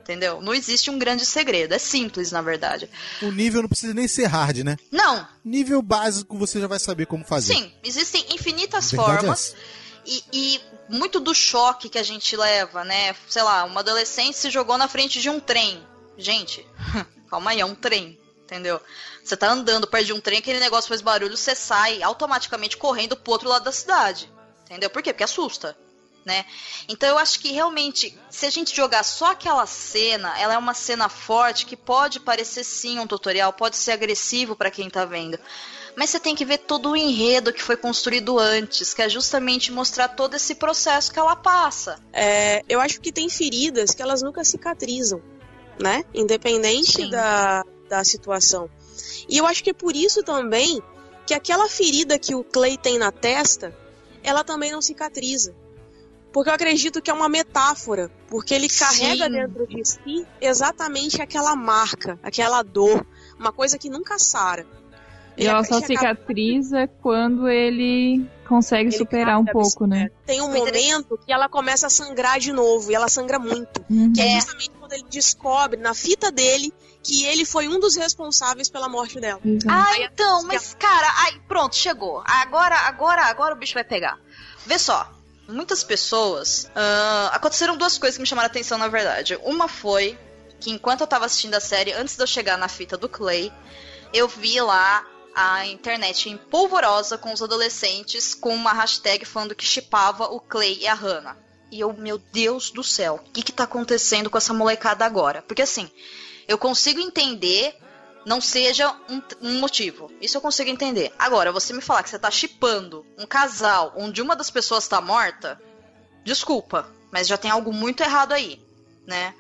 Entendeu? Não existe um grande segredo. É simples, na verdade. O nível não precisa nem ser hard, né? Não. Nível básico você já vai saber como fazer. Sim, existem infinitas Verdade formas. é E, e muito do choque que a gente leva, né? Sei lá, uma adolescente se jogou na frente de um trem. Gente, calma aí, é um trem. Entendeu? Você tá andando perto de um trem, aquele negócio faz barulho, você sai automaticamente correndo pro outro lado da cidade. Entendeu? Por quê? Porque assusta. Né? Então eu acho que realmente, se a gente jogar só aquela cena, ela é uma cena forte que pode parecer sim um tutorial, pode ser agressivo para quem tá vendo, mas você tem que ver todo o enredo que foi construído antes, que é justamente mostrar todo esse processo que ela passa. É, eu acho que tem feridas que elas nunca cicatrizam, né? Independente da, da situação. E eu acho que é por isso também que aquela ferida que o Clay tem na testa, ela também não cicatriza. Porque eu acredito que é uma metáfora, porque ele carrega Sim. dentro de si exatamente aquela marca, aquela dor, uma coisa que nunca sara. E ela só cicatriza quando ele consegue ele superar um pouco, né? Tem um momento que ela começa a sangrar de novo, e ela sangra muito. Uhum. Que é justamente quando ele descobre, na fita dele, que ele foi um dos responsáveis pela morte dela. Uhum. Ah, então, mas cara, ai, pronto, chegou. Agora, agora, agora o bicho vai pegar. Vê só. Muitas pessoas... Uh, aconteceram duas coisas que me chamaram a atenção, na verdade. Uma foi que enquanto eu tava assistindo a série, antes de eu chegar na fita do Clay, eu vi lá a internet em polvorosa com os adolescentes com uma hashtag falando que shippava o Clay e a Hannah. E eu, meu Deus do céu, o que que tá acontecendo com essa molecada agora? Porque assim, eu consigo entender... não seja um, um motivo. Isso eu consigo entender. Agora, você me falar que você tá shippando um casal onde uma das pessoas tá morta, desculpa, mas já tem algo muito errado aí, né?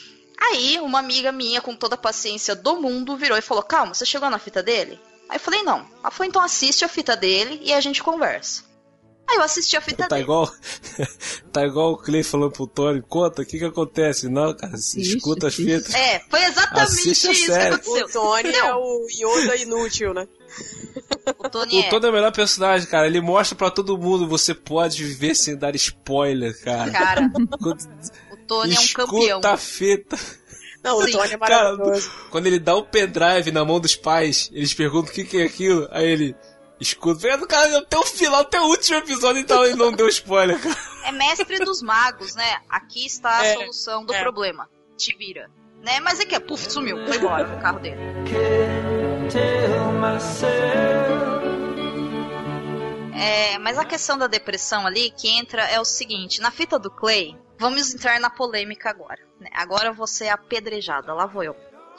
Aí, uma amiga minha, com toda a paciência do mundo, virou e falou, calma, você chegou na fita dele? Aí eu falei, não. Ela falou, então assiste a fita dele e a gente conversa. Aí eu assisti a fita tá dele. Igual, tá igual o Clay falando pro Tony, conta, o que que acontece? Não, cara, escuta as fitas. É, foi exatamente isso que aconteceu. O Tony não. É o Yoda inútil, né? O Tony o é. Tony é o melhor personagem, cara. Ele mostra pra todo mundo, você pode viver sem dar spoiler, cara. Cara, o Tony é um campeão. Escuta a fita. Não, o Tony é maravilhoso. Cara, quando ele dá o pendrive na mão dos pais, eles perguntam o que que é aquilo, aí ele... escuta, vendo, cara, até o final, até o último episódio, então ele não deu spoiler, cara. É mestre dos magos, né? Aqui está a é, solução do é. problema. Te vira. Né? Mas é que é, puf, sumiu, foi embora o carro dele. É, mas a questão da depressão ali que entra é o seguinte, na fita do Clay, vamos entrar na polêmica agora. Né? Agora você é apedrejada, lá vou eu.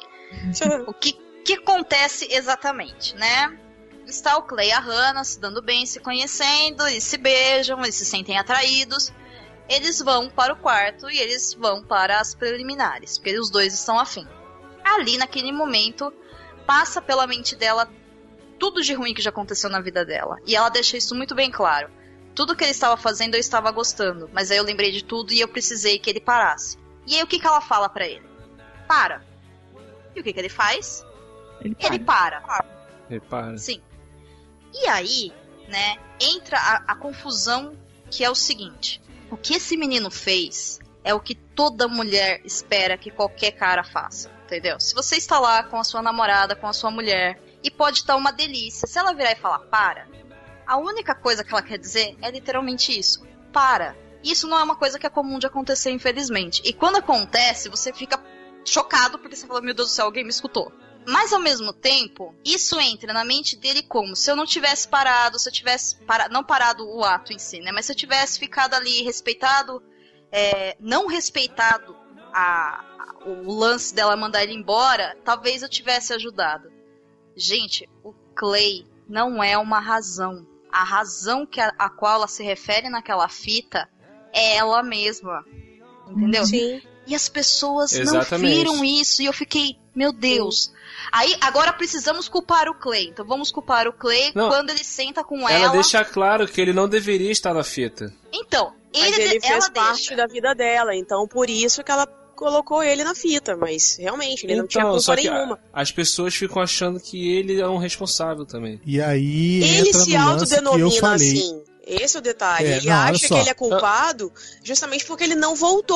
O que, que acontece exatamente, né? Está o Clay e a Hannah se dando bem, se conhecendo, eles se beijam, eles se sentem atraídos. Eles vão para o quarto e eles vão para as preliminares, porque os dois estão afim. Ali, naquele momento, passa pela mente dela tudo de ruim que já aconteceu na vida dela. E ela deixa isso muito bem claro. Tudo que ele estava fazendo eu estava gostando, mas aí eu lembrei de tudo e eu precisei que ele parasse. E aí o que, que ela fala pra ele? Para. E o que, que ele faz? Ele para. Ele para. Ele para. Sim. E aí, né, entra a, a confusão que é o seguinte. O que esse menino fez é o que toda mulher espera que qualquer cara faça, entendeu? Se você está lá com a sua namorada, com a sua mulher, e pode estar uma delícia, se ela virar e falar para, a única coisa que ela quer dizer é literalmente isso, para. Isso não é uma coisa que é comum de acontecer, infelizmente. E quando acontece, você fica chocado porque você fala, meu Deus do céu, alguém me escutou. Mas ao mesmo tempo, isso entra na mente dele como se eu não tivesse parado, se eu tivesse parado, não parado o ato em si, né? Mas se eu tivesse ficado ali respeitado, é, não respeitado a, a, o lance dela mandar ele embora, talvez eu tivesse ajudado. Gente, o Clay não é uma razão. A razão que a, a qual ela se refere naquela fita é ela mesma. Entendeu? Sim. E as pessoas Exatamente. não viram isso. E eu fiquei, meu Deus. Aí, agora precisamos culpar o Clay. Então vamos culpar o Clay não, quando ele senta com ela. Ela Ela deixa claro que ele não deveria estar na fita. Então, ele, mas ele fez ela parte deixa. da vida dela. Então, por isso que ela colocou ele na fita. Mas, realmente, ele então, não tinha culpa só que nenhuma. A, as pessoas ficam achando que ele é um responsável também. E aí Ele entra se no lance que eu autodenomina falei. assim. Esse é o detalhe. É, ele não, olha acha só. que ele é culpado justamente porque ele não voltou.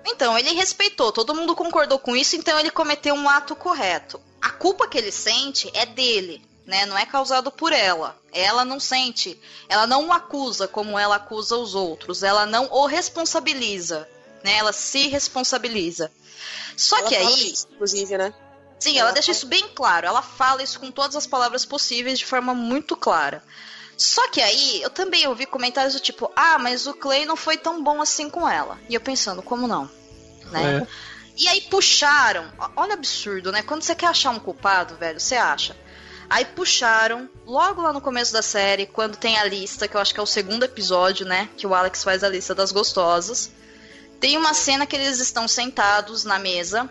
Então, ele respeitou, todo mundo concordou com isso, então ele cometeu um ato correto. A culpa que ele sente é dele, né? Não é causado por ela. Ela não sente, ela não o acusa como ela acusa os outros, ela não o responsabiliza, né? Ela se responsabiliza. Só ela que fala aí... isso, inclusive, né? Sim, ela ela deixa fala... isso bem claro, ela fala isso com todas as palavras possíveis de forma muito clara. Só que aí, eu também ouvi comentários do tipo, ah, mas o Clay não foi tão bom assim com ela. E eu pensando, como não? Né? É. E aí puxaram, olha absurdo, né? Quando você quer achar um culpado, velho, você acha. Aí puxaram, logo lá no começo da série, quando tem a lista, que eu acho que é o segundo episódio, né? Que o Alex faz a lista das gostosas. Tem uma cena que eles estão sentados na mesa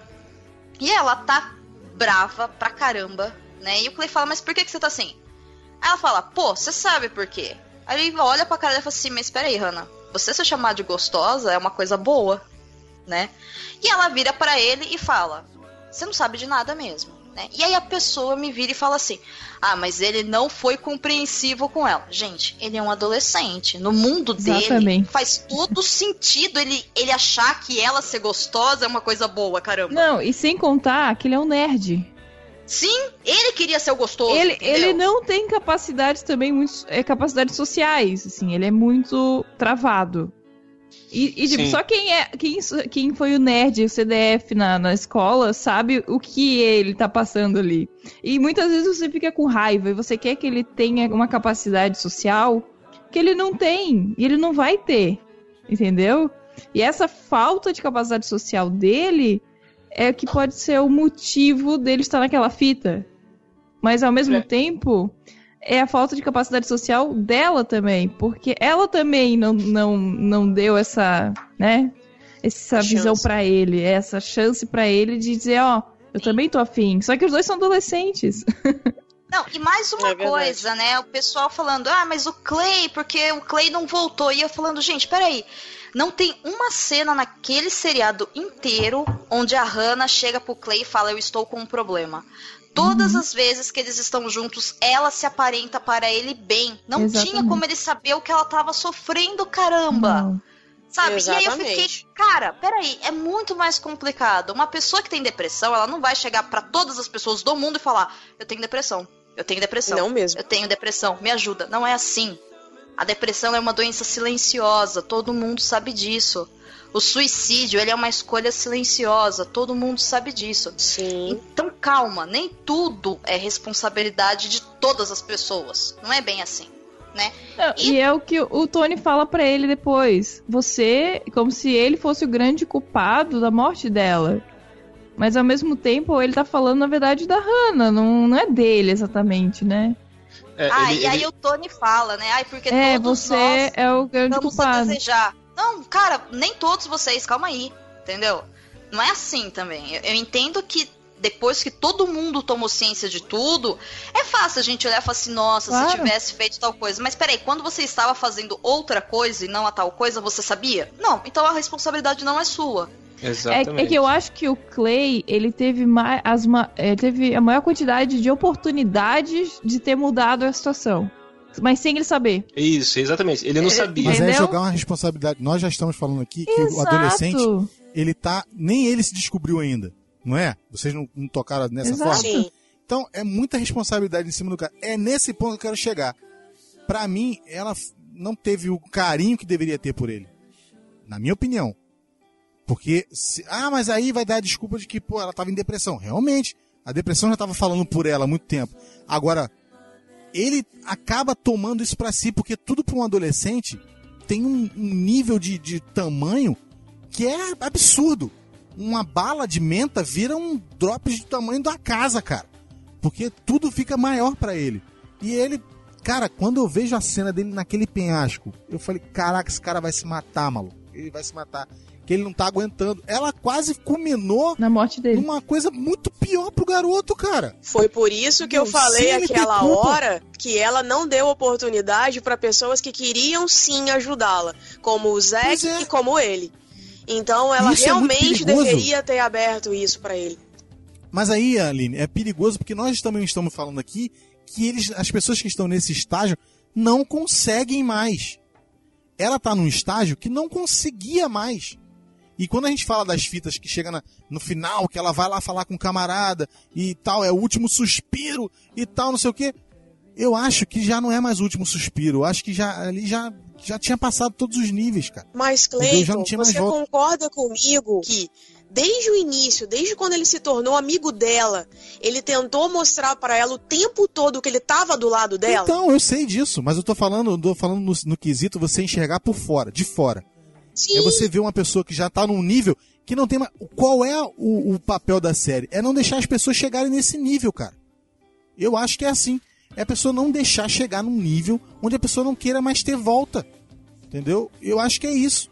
e ela tá brava pra caramba, né? E o Clay fala, mas por que, que você tá assim? Aí ela fala, pô, você sabe por quê? Aí ele olha pra cara dela e fala assim, mas peraí, Hannah, você se chamar de gostosa é uma coisa boa, né? E ela vira pra ele e fala, você não sabe de nada mesmo, né? E aí a pessoa me vira e fala assim, ah, mas ele não foi compreensivo com ela. Gente, ele é um adolescente, no mundo dele Exatamente. Faz todo sentido ele, ele achar que ela ser gostosa é uma coisa boa, caramba. Não, e sem contar que ele é um nerd. Sim, ele queria ser o gostoso, Ele, entendeu? ele não tem capacidades também, muito, é, capacidades sociais, assim, ele é muito travado. E, e tipo, Sim. só quem, é, quem, quem foi o nerd, o C D F na, na escola, sabe o que ele tá passando ali. E muitas vezes você fica com raiva e você quer que ele tenha uma capacidade social que ele não tem, e ele não vai ter, entendeu? E essa falta de capacidade social dele é que pode ser o motivo dele estar naquela fita. Mas ao mesmo É. tempo, é a falta de capacidade social dela também. Porque ela também não, não, não deu essa, né, essa Chance. visão pra ele, essa chance pra ele de dizer, ó, eu também tô afim. Só que os dois são adolescentes. Não, e mais uma É verdade. coisa, né? O pessoal falando, ah, mas o Clay, porque o Clay não voltou. E eu falando, gente, peraí. Não tem uma cena naquele seriado inteiro onde a Hannah chega pro Clay e fala, eu estou com um problema. Todas Uhum. as vezes que eles estão juntos, ela se aparenta para ele bem. Não Exatamente. tinha como ele saber o que ela tava sofrendo, caramba. Não. Sabe? E aí eu Exatamente. fiquei, cara, peraí, é muito mais complicado. Uma pessoa que tem depressão, ela não vai chegar pra todas as pessoas do mundo e falar, eu tenho depressão, eu tenho depressão, Não mesmo. eu tenho depressão, me ajuda. Não é assim. A depressão é uma doença silenciosa, todo mundo sabe disso. O suicídio, ele é uma escolha silenciosa, todo mundo sabe disso. Sim. Então calma, nem tudo é responsabilidade de todas as pessoas. Não é bem assim, né? Não, e... e é o que o Tony fala pra ele depois. Você, como se ele fosse o grande culpado da morte dela. Mas ao mesmo tempo, ele tá falando, na verdade, da Hannah. Não, não é dele exatamente, né? É, ah, ele- e aí ele- o Tony fala, né? Ai, porque É, todos você nós é o grande vamos a culpado. desejar. Não, cara, nem todos vocês, calma aí, entendeu? Não é assim também. Eu, eu entendo que depois que todo mundo tomou ciência de tudo, é fácil a gente olhar e falar assim, nossa, Claro. se tivesse feito tal coisa. Mas peraí, quando você estava fazendo outra coisa e não a tal coisa, você sabia? Não, então a responsabilidade não é sua. É, Exatamente. é que eu acho que o Clay, ele teve, mais, as, ma- ele teve a maior quantidade de oportunidades de ter mudado a situação. Mas sem ele saber. Isso, exatamente. Ele não É, sabia. Mas é Entendeu? jogar uma responsabilidade. Nós já estamos falando aqui que o Exato. adolescente, ele tá. Nem ele se descobriu ainda. Não é? Vocês não, não tocaram nessa Exato. forma? Sim. Então, é muita responsabilidade em cima do cara. É nesse ponto que eu quero chegar. Pra mim, ela f- não teve o carinho que deveria ter por ele. Na minha opinião. Porque, se- ah, mas aí vai dar a desculpa de que, pô, ela tava em depressão. Realmente, a depressão já tava falando por ela há muito tempo. Agora, ele acaba tomando isso pra si, porque tudo pra um adolescente tem um, um nível de, de tamanho que é absurdo. Uma bala de menta vira um drop do tamanho da casa, cara. Porque tudo fica maior pra ele. E ele, cara, quando eu vejo a cena dele naquele penhasco, eu falei, caraca, esse cara vai se matar, maluco. Ele vai se matar. Que ele não tá aguentando. Ela quase culminou Na morte dele. numa coisa muito pior pro garoto, cara. Foi por isso que eu Não, falei sem ele ter aquela culpa. hora que ela não deu oportunidade para pessoas que queriam sim ajudá-la, como o Pois Zack é. e como ele. Então ela Isso é muito realmente perigoso. deveria ter aberto isso pra ele. Mas aí, Aline, é perigoso porque nós também estamos falando aqui que eles, as pessoas que estão nesse estágio não conseguem mais. Ela tá num estágio que não conseguia mais. E quando a gente fala das fitas que chega na, no final, que ela vai lá falar com o camarada e tal, é o último suspiro e tal, não sei o quê, eu acho que já não é mais o último suspiro. Eu acho que já, ali já, já tinha passado todos os níveis, cara. Mas, Cleiton, você concorda comigo que desde o início, desde quando ele se tornou amigo dela, ele tentou mostrar pra ela o tempo todo que ele tava do lado dela? Então, eu sei disso, mas eu tô falando, eu tô falando no, no quesito você enxergar por fora, de fora. Sim. É você ver uma pessoa que já tá num nível que não tem mais... Qual é o, o papel da série? É não deixar as pessoas chegarem nesse nível, cara. Eu acho que é assim. É a pessoa não deixar chegar num nível onde a pessoa não queira mais ter volta. Entendeu? Eu acho que é isso.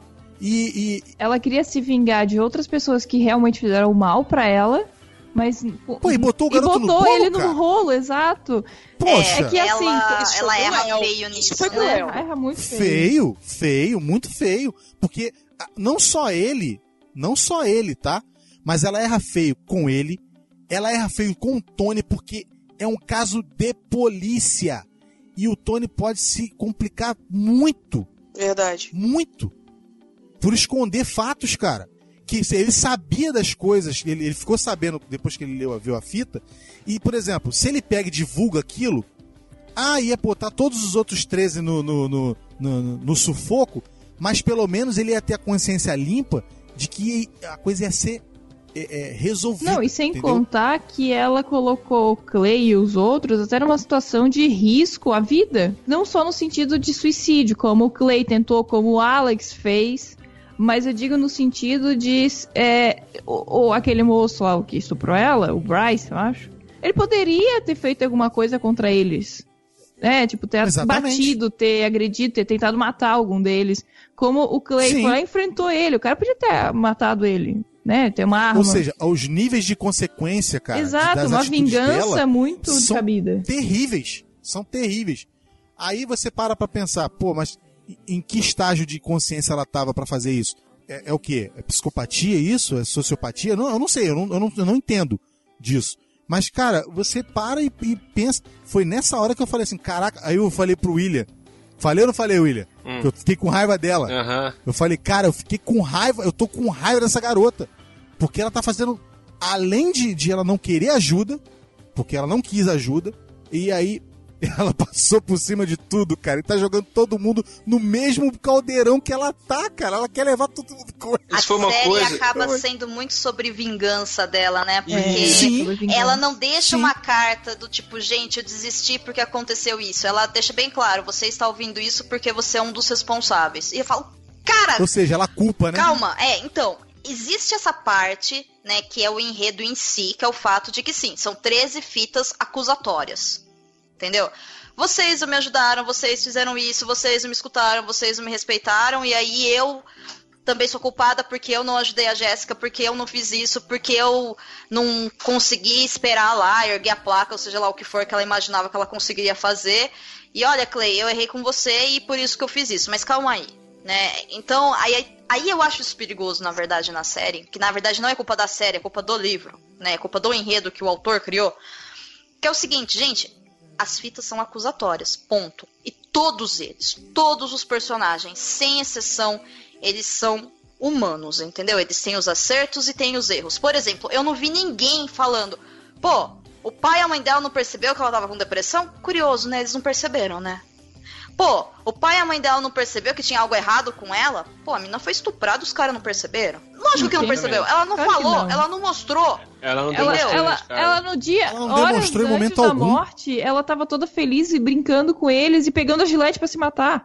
E, e... Ela queria se vingar de outras pessoas que realmente fizeram mal pra ela, mas... Pô, e botou o garoto e botou no bolo, ele cara. no rolo, exato. Poxa. É que assim... Ela, isso ela erra cruel. feio nisso. Isso foi né? cruel. Ela erra muito feio. Feio, feio, muito feio. Porque não só ele, não só ele, tá? Mas ela erra feio com ele, ela erra feio com o Tony, porque é um caso de polícia. E o Tony pode se complicar muito. Verdade. Muito. Por esconder fatos, cara. Que ele sabia das coisas, ele, ele ficou sabendo depois que ele leu, viu a fita. E, por exemplo, se ele pega e divulga aquilo, ah, ia botar todos os outros treze no, no, no, no, no sufoco, mas pelo menos ele ia ter a consciência limpa de que a coisa ia ser é, é, resolvida. Não, e sem entendeu? contar que ela colocou o Clay e os outros até numa situação de risco à vida. Não só no sentido de suicídio, como o Clay tentou, como o Alex fez, mas eu digo no sentido de é, o, o, aquele moço lá, o que estuprou ela, o Bryce, eu acho, ele poderia ter feito alguma coisa contra eles. É, tipo, ter Exatamente. batido, ter agredido, ter tentado matar algum deles. Como o Clay Sim. foi lá e enfrentou ele. O cara podia ter matado ele, né? Ter uma arma. Ou seja, os níveis de consequência, cara, Exato, das uma atitudes vingança dela muito são descabida. terríveis. São terríveis. Aí você para pra pensar, pô, mas em que estágio de consciência ela tava pra fazer isso? É, é o quê? É psicopatia isso? É sociopatia? Não, eu não sei, eu não, eu não, eu não entendo disso. Mas, cara, você para e, e pensa... Foi nessa hora que eu falei assim, caraca... Aí eu falei pro William... Falei ou não falei, William? Hum. Que eu fiquei com raiva dela. Uhum. Eu falei, cara, eu fiquei com raiva... Eu tô com raiva dessa garota. Porque ela tá fazendo... Além de, de ela não querer ajuda... Porque ela não quis ajuda... E aí... Ela passou por cima de tudo, cara. E tá jogando todo mundo no mesmo caldeirão que ela tá, cara. Ela quer levar todo mundo com ela. A foi uma série coisa... acaba sendo muito sobre vingança dela, né? Porque É, Sim. ela não deixa Sim. uma carta do tipo, gente, eu desisti porque aconteceu isso. Ela deixa bem claro, você está ouvindo isso porque você é um dos responsáveis. E eu falo, cara... Ou seja, ela culpa, né? Calma, é, então... Existe essa parte, né, que é o enredo em si, que é o fato de que sim, são treze fitas acusatórias. Entendeu? Vocês não me ajudaram, vocês fizeram isso, vocês não me escutaram, vocês não me respeitaram, e aí eu também sou culpada porque eu não ajudei a Jéssica, porque eu não fiz isso, porque eu não consegui esperar lá, erguer a placa, ou seja lá o que for que ela imaginava que ela conseguiria fazer. E olha, Clay, eu errei com você e por isso que eu fiz isso, mas calma aí, né? Então, aí, aí eu acho isso perigoso, na verdade, na série, que na verdade não é culpa da série, é culpa do livro, né? É culpa do enredo que o autor criou. Que é o seguinte, gente... As fitas são acusatórias, ponto. E todos eles, todos os personagens, sem exceção, eles são humanos, entendeu? Eles têm os acertos e têm os erros. Por exemplo, eu não vi ninguém falando, pô, o pai e a mãe dela não percebeu que ela tava com depressão? Curioso, né? Eles não perceberam, né? Pô, o pai e a mãe dela não percebeu que tinha algo errado com ela? Pô, a menina foi estuprada, os caras não perceberam. Lógico que não percebeu. Ela não Claro que falou, não. ela não mostrou. Ela não Ela, demonstrou, ela, cara. ela no dia, Ela não horas demonstrou em antes momento da algum. morte, ela tava toda feliz e brincando com eles e pegando a gilete pra se matar.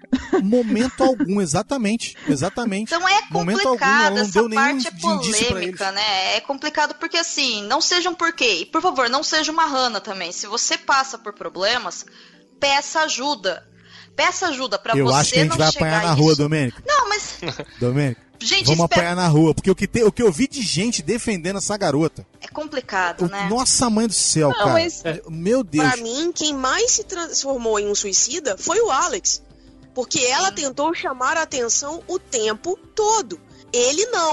Momento algum, exatamente. Exatamente. Então é Momento algum, complicado, ela não essa deu nenhum parte é indício pra eles. polêmica, né? É complicado porque assim, não seja um porquê. E por favor, não seja uma Hannah também. Se você passa por problemas, peça ajuda. Peça ajuda pra Eu você acho que a gente não vai chegar apanhar na a rua, isso. Domênico. Não, mas... Domênico, Gente, vamos espera... apanhar na rua. Porque o que, te, o que eu vi de gente defendendo essa garota. É complicado, O- né? Nossa mãe do céu, Não, cara. mas- Meu Deus. Pra mim, quem mais se transformou em um suicida foi o Alex. Porque ela tentou chamar a atenção o tempo todo. Ele não.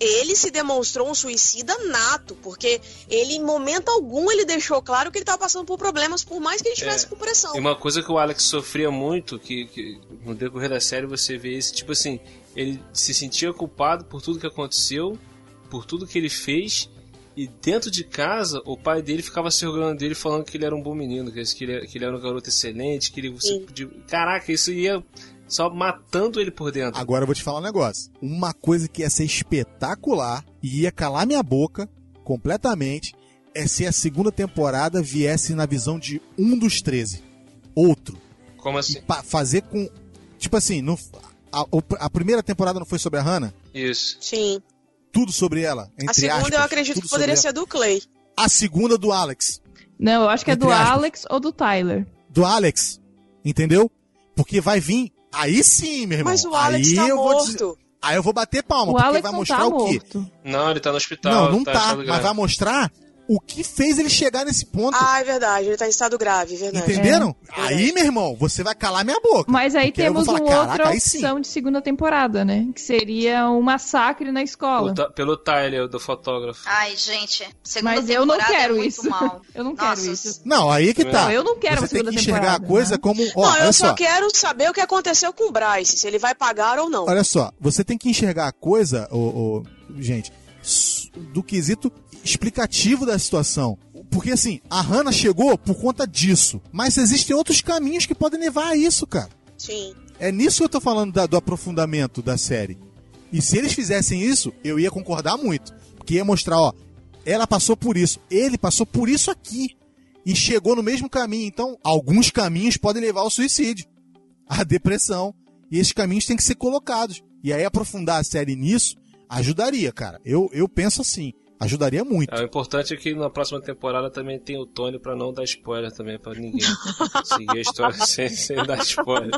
ele se demonstrou um suicida nato, porque ele, em momento algum, ele deixou claro que ele estava passando por problemas, por mais que ele estivesse É, com pressão. E uma coisa que o Alex sofria muito, que, que no decorrer da série você vê esse, tipo assim, ele se sentia culpado por tudo que aconteceu, por tudo que ele fez, e dentro de casa, o pai dele ficava se orgulhando dele, falando que ele era um bom menino, que ele, que ele era um garoto excelente, que ele... Você podia, caraca, isso ia só matando ele por dentro. Agora eu vou te falar um negócio. Uma coisa que ia ser espetacular e ia calar minha boca completamente é se a segunda temporada viesse na visão de um dos treze. Outro. Como assim? E fazer com... Tipo assim, no, a, a primeira temporada não foi sobre a Hannah? Isso. Sim. Tudo sobre ela, entre A segunda aspas, eu acredito que poderia ser do Clay. A segunda do Alex. Não, eu acho que é do Entre aspas. Alex ou do Tyler. Do Alex, entendeu? Porque vai vir... Aí sim, meu irmão. Mas o Alex aí tá eu morto. Vou dizer, aí eu vou bater palma, O porque Alex vai não mostrar tá o quê? morto. Não, ele tá no hospital. Não, não tá, tá, em estado mas grave. vai mostrar o que fez ele chegar nesse ponto. Ah, é verdade, ele tá em estado grave, verdade. Entenderam? É. Aí, meu irmão, você vai calar minha boca. Mas aí Porque eu vou temos falar, uma caraca, outra aí sim. opção de segunda temporada, né? Que seria um massacre na escola. O Ta- pelo Tyler, do fotógrafo. Ai, gente, segunda Mas eu não temporada quero é muito isso. mal. Eu não Nossa, quero isso. Não, aí que tá. Não, eu não quero Você uma tem segunda que enxergar temporada, a coisa né? como... Ó, Não, olha eu só só. quero saber o que aconteceu com o Bryce, se ele vai pagar ou não. Olha só, você tem que enxergar a coisa, ô, ô, gente, s- do quesito explicativo da situação. Porque assim, a Hannah chegou por conta disso. Mas existem outros caminhos que podem levar a isso, cara. Sim. É nisso que eu tô falando da- do aprofundamento da série. E se eles fizessem isso, eu ia concordar muito. Porque ia mostrar, ó, ela passou por isso, ele passou por isso aqui. E chegou no mesmo caminho. Então, alguns caminhos podem levar ao suicídio, à depressão. E esses caminhos têm que ser colocados. E aí aprofundar a série nisso ajudaria, cara. Eu, eu penso assim, ajudaria muito. É, o importante é que na próxima temporada também tem o Tony pra não dar spoiler também pra ninguém. Seguir a história sem, sem dar spoiler.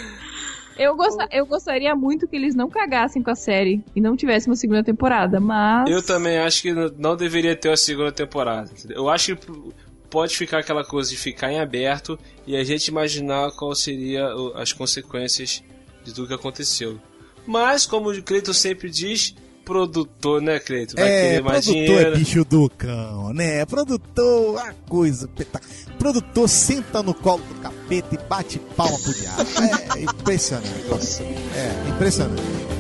Eu, gosta- eu gostaria muito que eles não cagassem com a série e não tivessem uma segunda temporada, mas... Eu também acho que não deveria ter uma segunda temporada. Entendeu? Eu acho que pode ficar aquela coisa de ficar em aberto e a gente imaginar qual seria o- as consequências de tudo que aconteceu. Mas, como o Cleiton sempre diz, produtor, né, Cleiton? Vai É, querer mais produtor dinheiro. é bicho do cão, né? Produtor, a coisa. peta- Produtor senta no colo do capeta e bate palma pro diabo. É impressionante. É impressionante.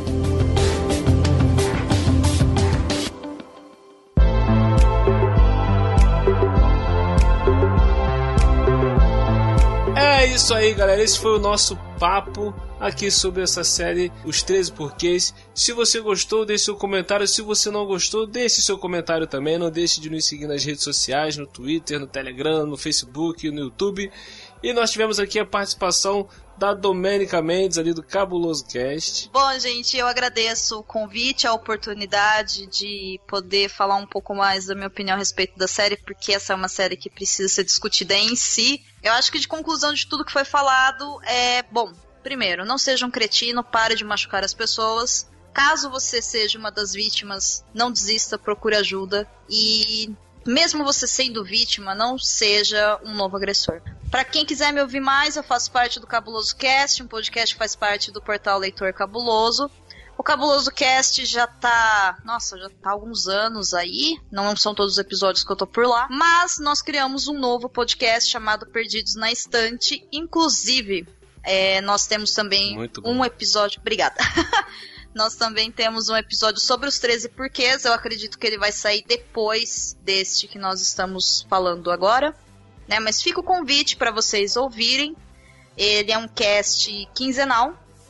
É isso aí, galera. Esse foi o nosso papo aqui sobre essa série, Os treze Porquês. Se você gostou, deixe seu comentário. Se você não gostou, deixe seu comentário também. Não deixe de nos seguir nas redes sociais, no Twitter, no Telegram, no Facebook, no YouTube. E nós tivemos aqui a participação da Domênica Mendes, ali do Cabuloso Cast. Bom, gente, eu agradeço o convite, a oportunidade de poder falar um pouco mais da minha opinião a respeito da série, porque essa é uma série que precisa ser discutida em si. Eu acho que de conclusão de tudo que foi falado é, bom, primeiro, não seja um cretino, pare de machucar as pessoas. Caso você seja uma das vítimas, não desista, procure ajuda. E mesmo você sendo vítima, não seja um novo agressor. Para quem quiser me ouvir mais, eu faço parte do Cabuloso Cast, um podcast que faz parte do portal Leitor Cabuloso. O Cabuloso Cast já tá, nossa, já tá há alguns anos aí, não são todos os episódios que eu tô por lá, mas nós criamos um novo podcast chamado Perdidos na Estante, inclusive, é, nós temos também um episódio, obrigada, nós também temos um episódio sobre os treze porquês, eu acredito que ele vai sair depois deste que nós estamos falando agora. Né, mas fica o convite para vocês ouvirem. Ele é um cast quinzenal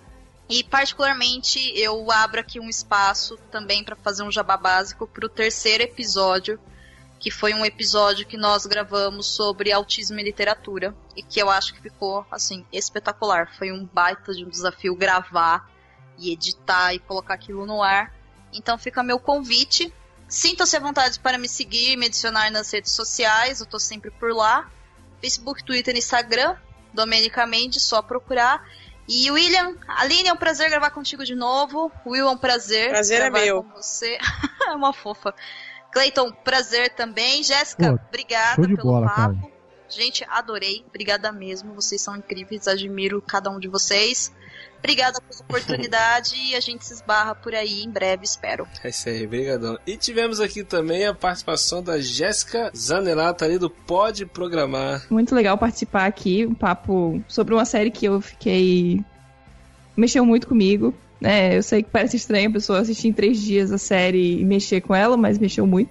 e particularmente eu abro aqui um espaço também para fazer um jabá básico para o terceiro episódio, que foi um episódio que nós gravamos sobre autismo e literatura e que eu acho que ficou assim espetacular. Foi um baita de um desafio gravar e editar e colocar aquilo no ar. Então fica meu convite. Sinta-se à vontade para me seguir e me adicionar nas redes sociais, eu tô sempre por lá. Facebook, Twitter e Instagram, Domênica Mendes, só procurar. E William, Aline, é um prazer gravar contigo de novo. Will, é um prazer. Prazer é meu. Com você. É uma fofa. Cleiton, prazer também. Jéssica, Pô, obrigada show de pelo bola, papo. cara. Gente, adorei. Obrigada mesmo. Vocês são incríveis. Admiro cada um de vocês. Obrigada pela oportunidade e a gente se esbarra por aí em breve, espero. É isso aí, brigadão. E tivemos aqui também a participação da Jéssica Zanelato ali do Pode Programar. Muito legal participar aqui, um papo sobre uma série que eu fiquei... mexeu muito comigo, né? Eu sei que parece estranho a pessoa assistir em três dias a série e mexer com ela, mas mexeu muito.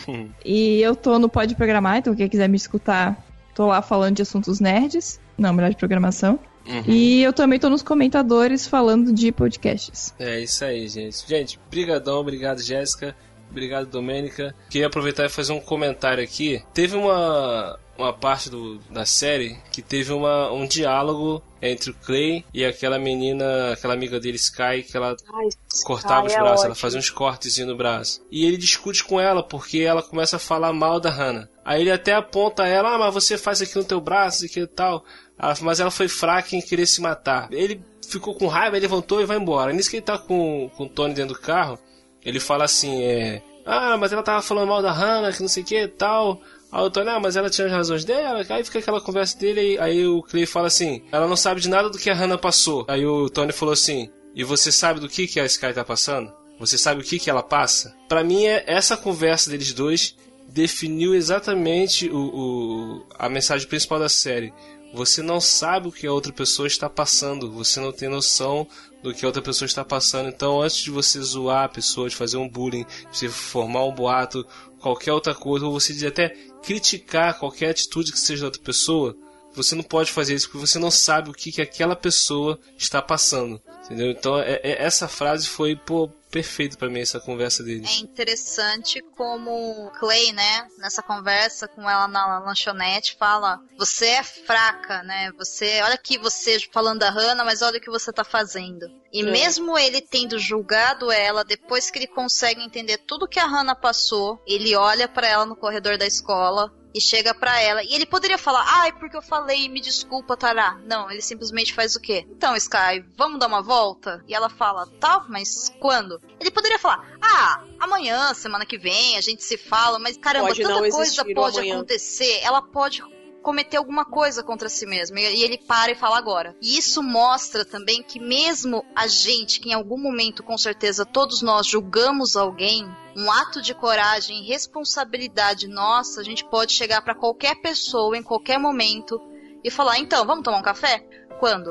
E eu tô no Pode Programar, então quem quiser me escutar, tô lá falando de assuntos nerds, não, melhor de programação. Uhum. E eu também tô nos comentadores falando de podcasts. É isso aí, gente. Gente, brigadão, obrigado, Jéssica. Obrigado, Domênica. Queria aproveitar e fazer um comentário aqui. Teve uma, uma parte do, da série que teve uma, um diálogo entre o Clay e aquela menina, aquela amiga dele, Sky, que ela Ai, cortava Sky os braços, é ela fazia uns cortezinhos no braço. E ele discute com ela porque ela começa a falar mal da Hannah. Aí ele até aponta ela, ah, mas você faz aqui no teu braço e que tal. Ela, mas ela foi fraca em querer se matar. Ele ficou com raiva, ele levantou e vai embora. Nisso que ele tá com, com o Tony dentro do carro, ele fala assim, é... ah, mas ela tava falando mal da Hannah, que não sei o que e tal. Aí o Tony, ah, mas ela tinha as razões dela. Aí fica aquela conversa dele, aí, aí o Clay fala assim, ela não sabe de nada do que a Hannah passou. Aí o Tony falou assim, e você sabe do que, que a Sky tá passando? Você sabe o que, que ela passa? Pra mim, é essa conversa deles dois definiu exatamente o, o, a mensagem principal da série. Você não sabe o que a outra pessoa está passando. Você não tem noção do que a outra pessoa está passando. Então, antes de você zoar a pessoa, de fazer um bullying, de você formar um boato, qualquer outra coisa, ou você de até criticar qualquer atitude que seja da outra pessoa, você não pode fazer isso porque você não sabe o que, que aquela pessoa está passando. Entendeu? Então, é, é, essa frase foi, pô, perfeito pra mim, essa conversa deles. É interessante como o Clay, né, nessa conversa com ela na lanchonete, fala, você é fraca, né, você, olha aqui você falando da Hannah, mas olha o que você tá fazendo. E é. mesmo ele tendo julgado ela, depois que ele consegue entender tudo que a Hannah passou, ele olha pra ela no corredor da escola e chega pra ela, e ele poderia falar, ai, porque eu falei, me desculpa, tará. Não, ele simplesmente faz o quê? Então, Sky, vamos dar uma volta? E ela fala, tá, mas quando? Ele poderia falar, ah, amanhã, semana que vem, a gente se fala, mas caramba, pode tanta coisa pode amanhã. acontecer, ela pode cometer alguma coisa contra si mesma, e ele para e fala agora. E isso mostra também que mesmo a gente, que em algum momento, com certeza, todos nós julgamos alguém, um ato de coragem e responsabilidade nossa, a gente pode chegar para qualquer pessoa, em qualquer momento, e falar, então, vamos tomar um café? Quando?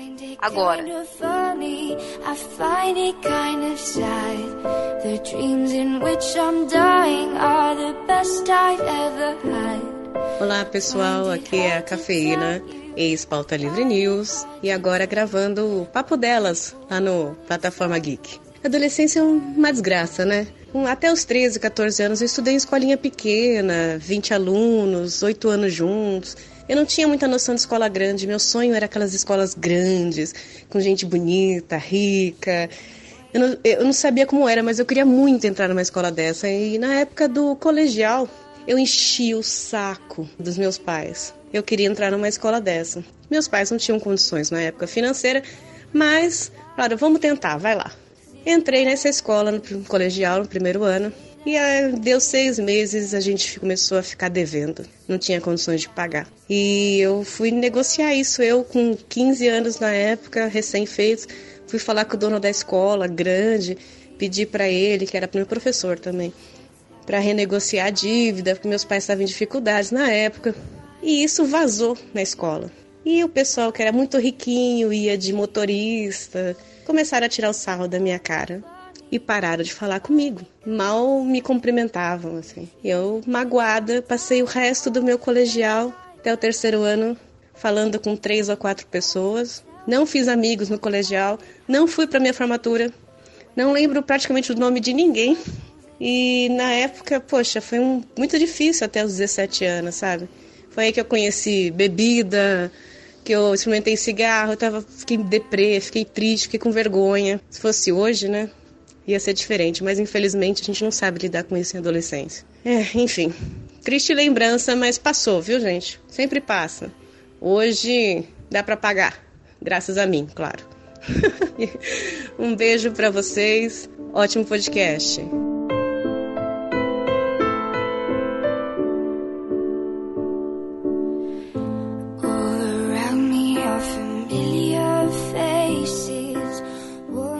Agora. Olá pessoal, aqui é a Cafeína, ex-Pauta Livre News, e agora gravando o Papo Delas lá no Plataforma Geek. A adolescência é uma desgraça, né? Até os treze, catorze anos eu estudei em escolinha pequena, vinte alunos, oito anos juntos. Eu não tinha muita noção de escola grande, meu sonho era aquelas escolas grandes, com gente bonita, rica. Eu não, eu não sabia como era, mas eu queria muito entrar numa escola dessa. E na época do colegial, eu enchi o saco dos meus pais. Eu queria entrar numa escola dessa. Meus pais não tinham condições na época financeira, mas, claro, vamos tentar, vai lá. Entrei nessa escola no colegial, no primeiro ano, e aí, deu seis meses, a gente começou a ficar devendo. Não tinha condições de pagar. E eu fui negociar isso, eu com quinze anos na época, recém-feitos, fui falar com o dono da escola, grande, pedi para ele, que era meu professor também, para renegociar a dívida, porque meus pais estavam em dificuldades na época. E isso vazou na escola. E o pessoal que era muito riquinho, ia de motorista, começaram a tirar o sarro da minha cara. E pararam de falar comigo. Mal me cumprimentavam, assim. Eu, magoada, passei o resto do meu colegial, até o terceiro ano, falando com três ou quatro pessoas. Não fiz amigos no colegial, não fui para minha formatura, não lembro praticamente o nome de ninguém. E na época, poxa, foi um, muito difícil até os dezessete anos, sabe? Foi aí que eu conheci bebida, que eu experimentei cigarro, eu tava, fiquei deprê, fiquei triste, fiquei com vergonha. Se fosse hoje, né? Ia ser diferente, mas infelizmente a gente não sabe lidar com isso em adolescência. É, enfim, triste lembrança, mas passou, viu, gente? Sempre passa. Hoje dá pra pagar, graças a mim, claro. Um beijo pra vocês, ótimo podcast.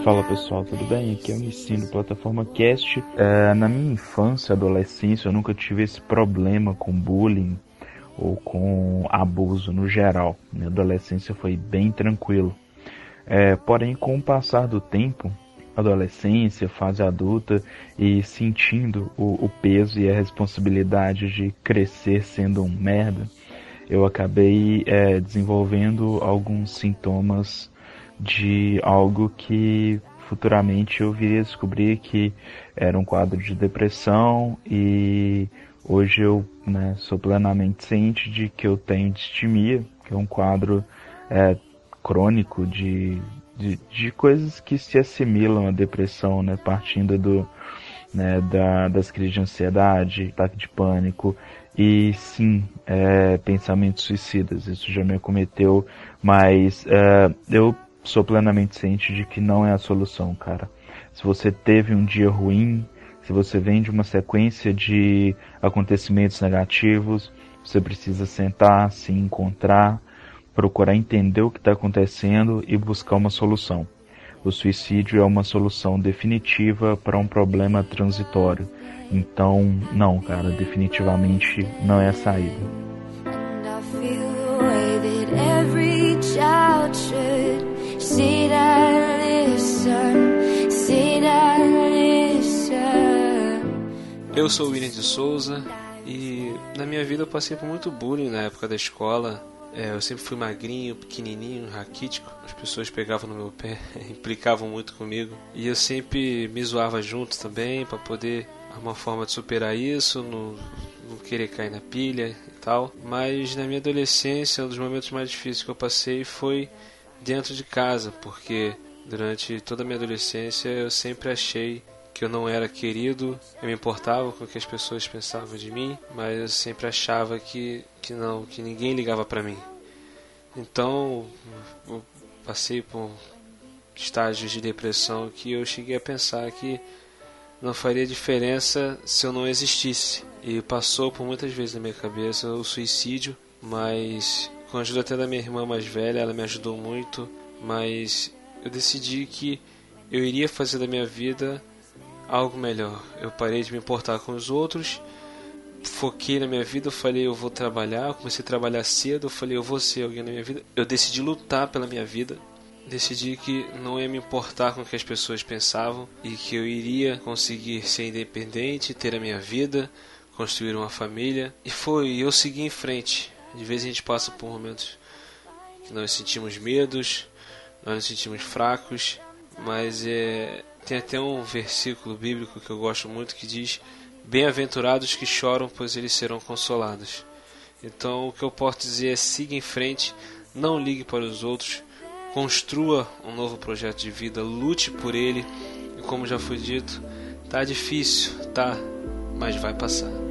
Fala pessoal, tudo bem? Aqui é o Nissin do Plataforma Cast. É, na minha infância e adolescência eu nunca tive esse problema com bullying ou com abuso no geral. Minha adolescência foi bem tranquilo. É, porém, com o passar do tempo, adolescência, fase adulta e sentindo o, o peso e a responsabilidade de crescer sendo um merda, eu acabei é, desenvolvendo alguns sintomas de algo que futuramente eu viria a descobrir que era um quadro de depressão, e hoje eu, né, sou plenamente ciente de que eu tenho distimia, que é um quadro é, crônico de, de, de coisas que se assimilam à depressão, né, partindo do, né, da, das crises de ansiedade, ataque de pânico e sim, é, pensamentos suicidas. Isso já me acometeu, mas é, eu sou plenamente ciente de que não é a solução, cara. Se você teve um dia ruim, se você vem de uma sequência de acontecimentos negativos, você precisa sentar, se encontrar, procurar entender o que está acontecendo e buscar uma solução. O suicídio é uma solução definitiva para um problema transitório. Então, não, cara, definitivamente não é a saída. Eu sou o William de Souza e na minha vida eu passei por muito bullying na época da escola. É, eu sempre fui magrinho, pequenininho, raquítico. As pessoas pegavam no meu pé, implicavam muito comigo. E eu sempre me zoava junto também, para poder arrumar uma forma de superar isso, não, não querer cair na pilha e tal. Mas na minha adolescência, um dos momentos mais difíceis que eu passei foi dentro de casa, porque durante toda a minha adolescência eu sempre achei que eu não era querido. Eu me importava com o que as pessoas pensavam de mim, mas eu sempre achava que, que não, que ninguém ligava pra mim. Então eu passei por estágios de depressão que eu cheguei a pensar que não faria diferença se eu não existisse. E passou por muitas vezes na minha cabeça o suicídio, mas com a ajuda até da minha irmã mais velha, ela me ajudou muito, mas eu decidi que eu iria fazer da minha vida algo melhor. Eu parei de me importar com os outros, foquei na minha vida, eu falei, eu vou trabalhar, eu comecei a trabalhar cedo, eu falei, eu vou ser alguém na minha vida. Eu decidi lutar pela minha vida, decidi que não ia me importar com o que as pessoas pensavam e que eu iria conseguir ser independente, ter a minha vida, construir uma família. E foi, eu segui em frente. De vez a gente passa por momentos que nós sentimos medos, nós nos sentimos fracos, mas é... tem até um versículo bíblico que eu gosto muito que diz: bem-aventurados que choram, pois eles serão consolados. Então o que eu posso dizer é: siga em frente, não ligue para os outros, construa um novo projeto de vida, lute por ele. E como já foi dito, tá difícil, tá, mas vai passar.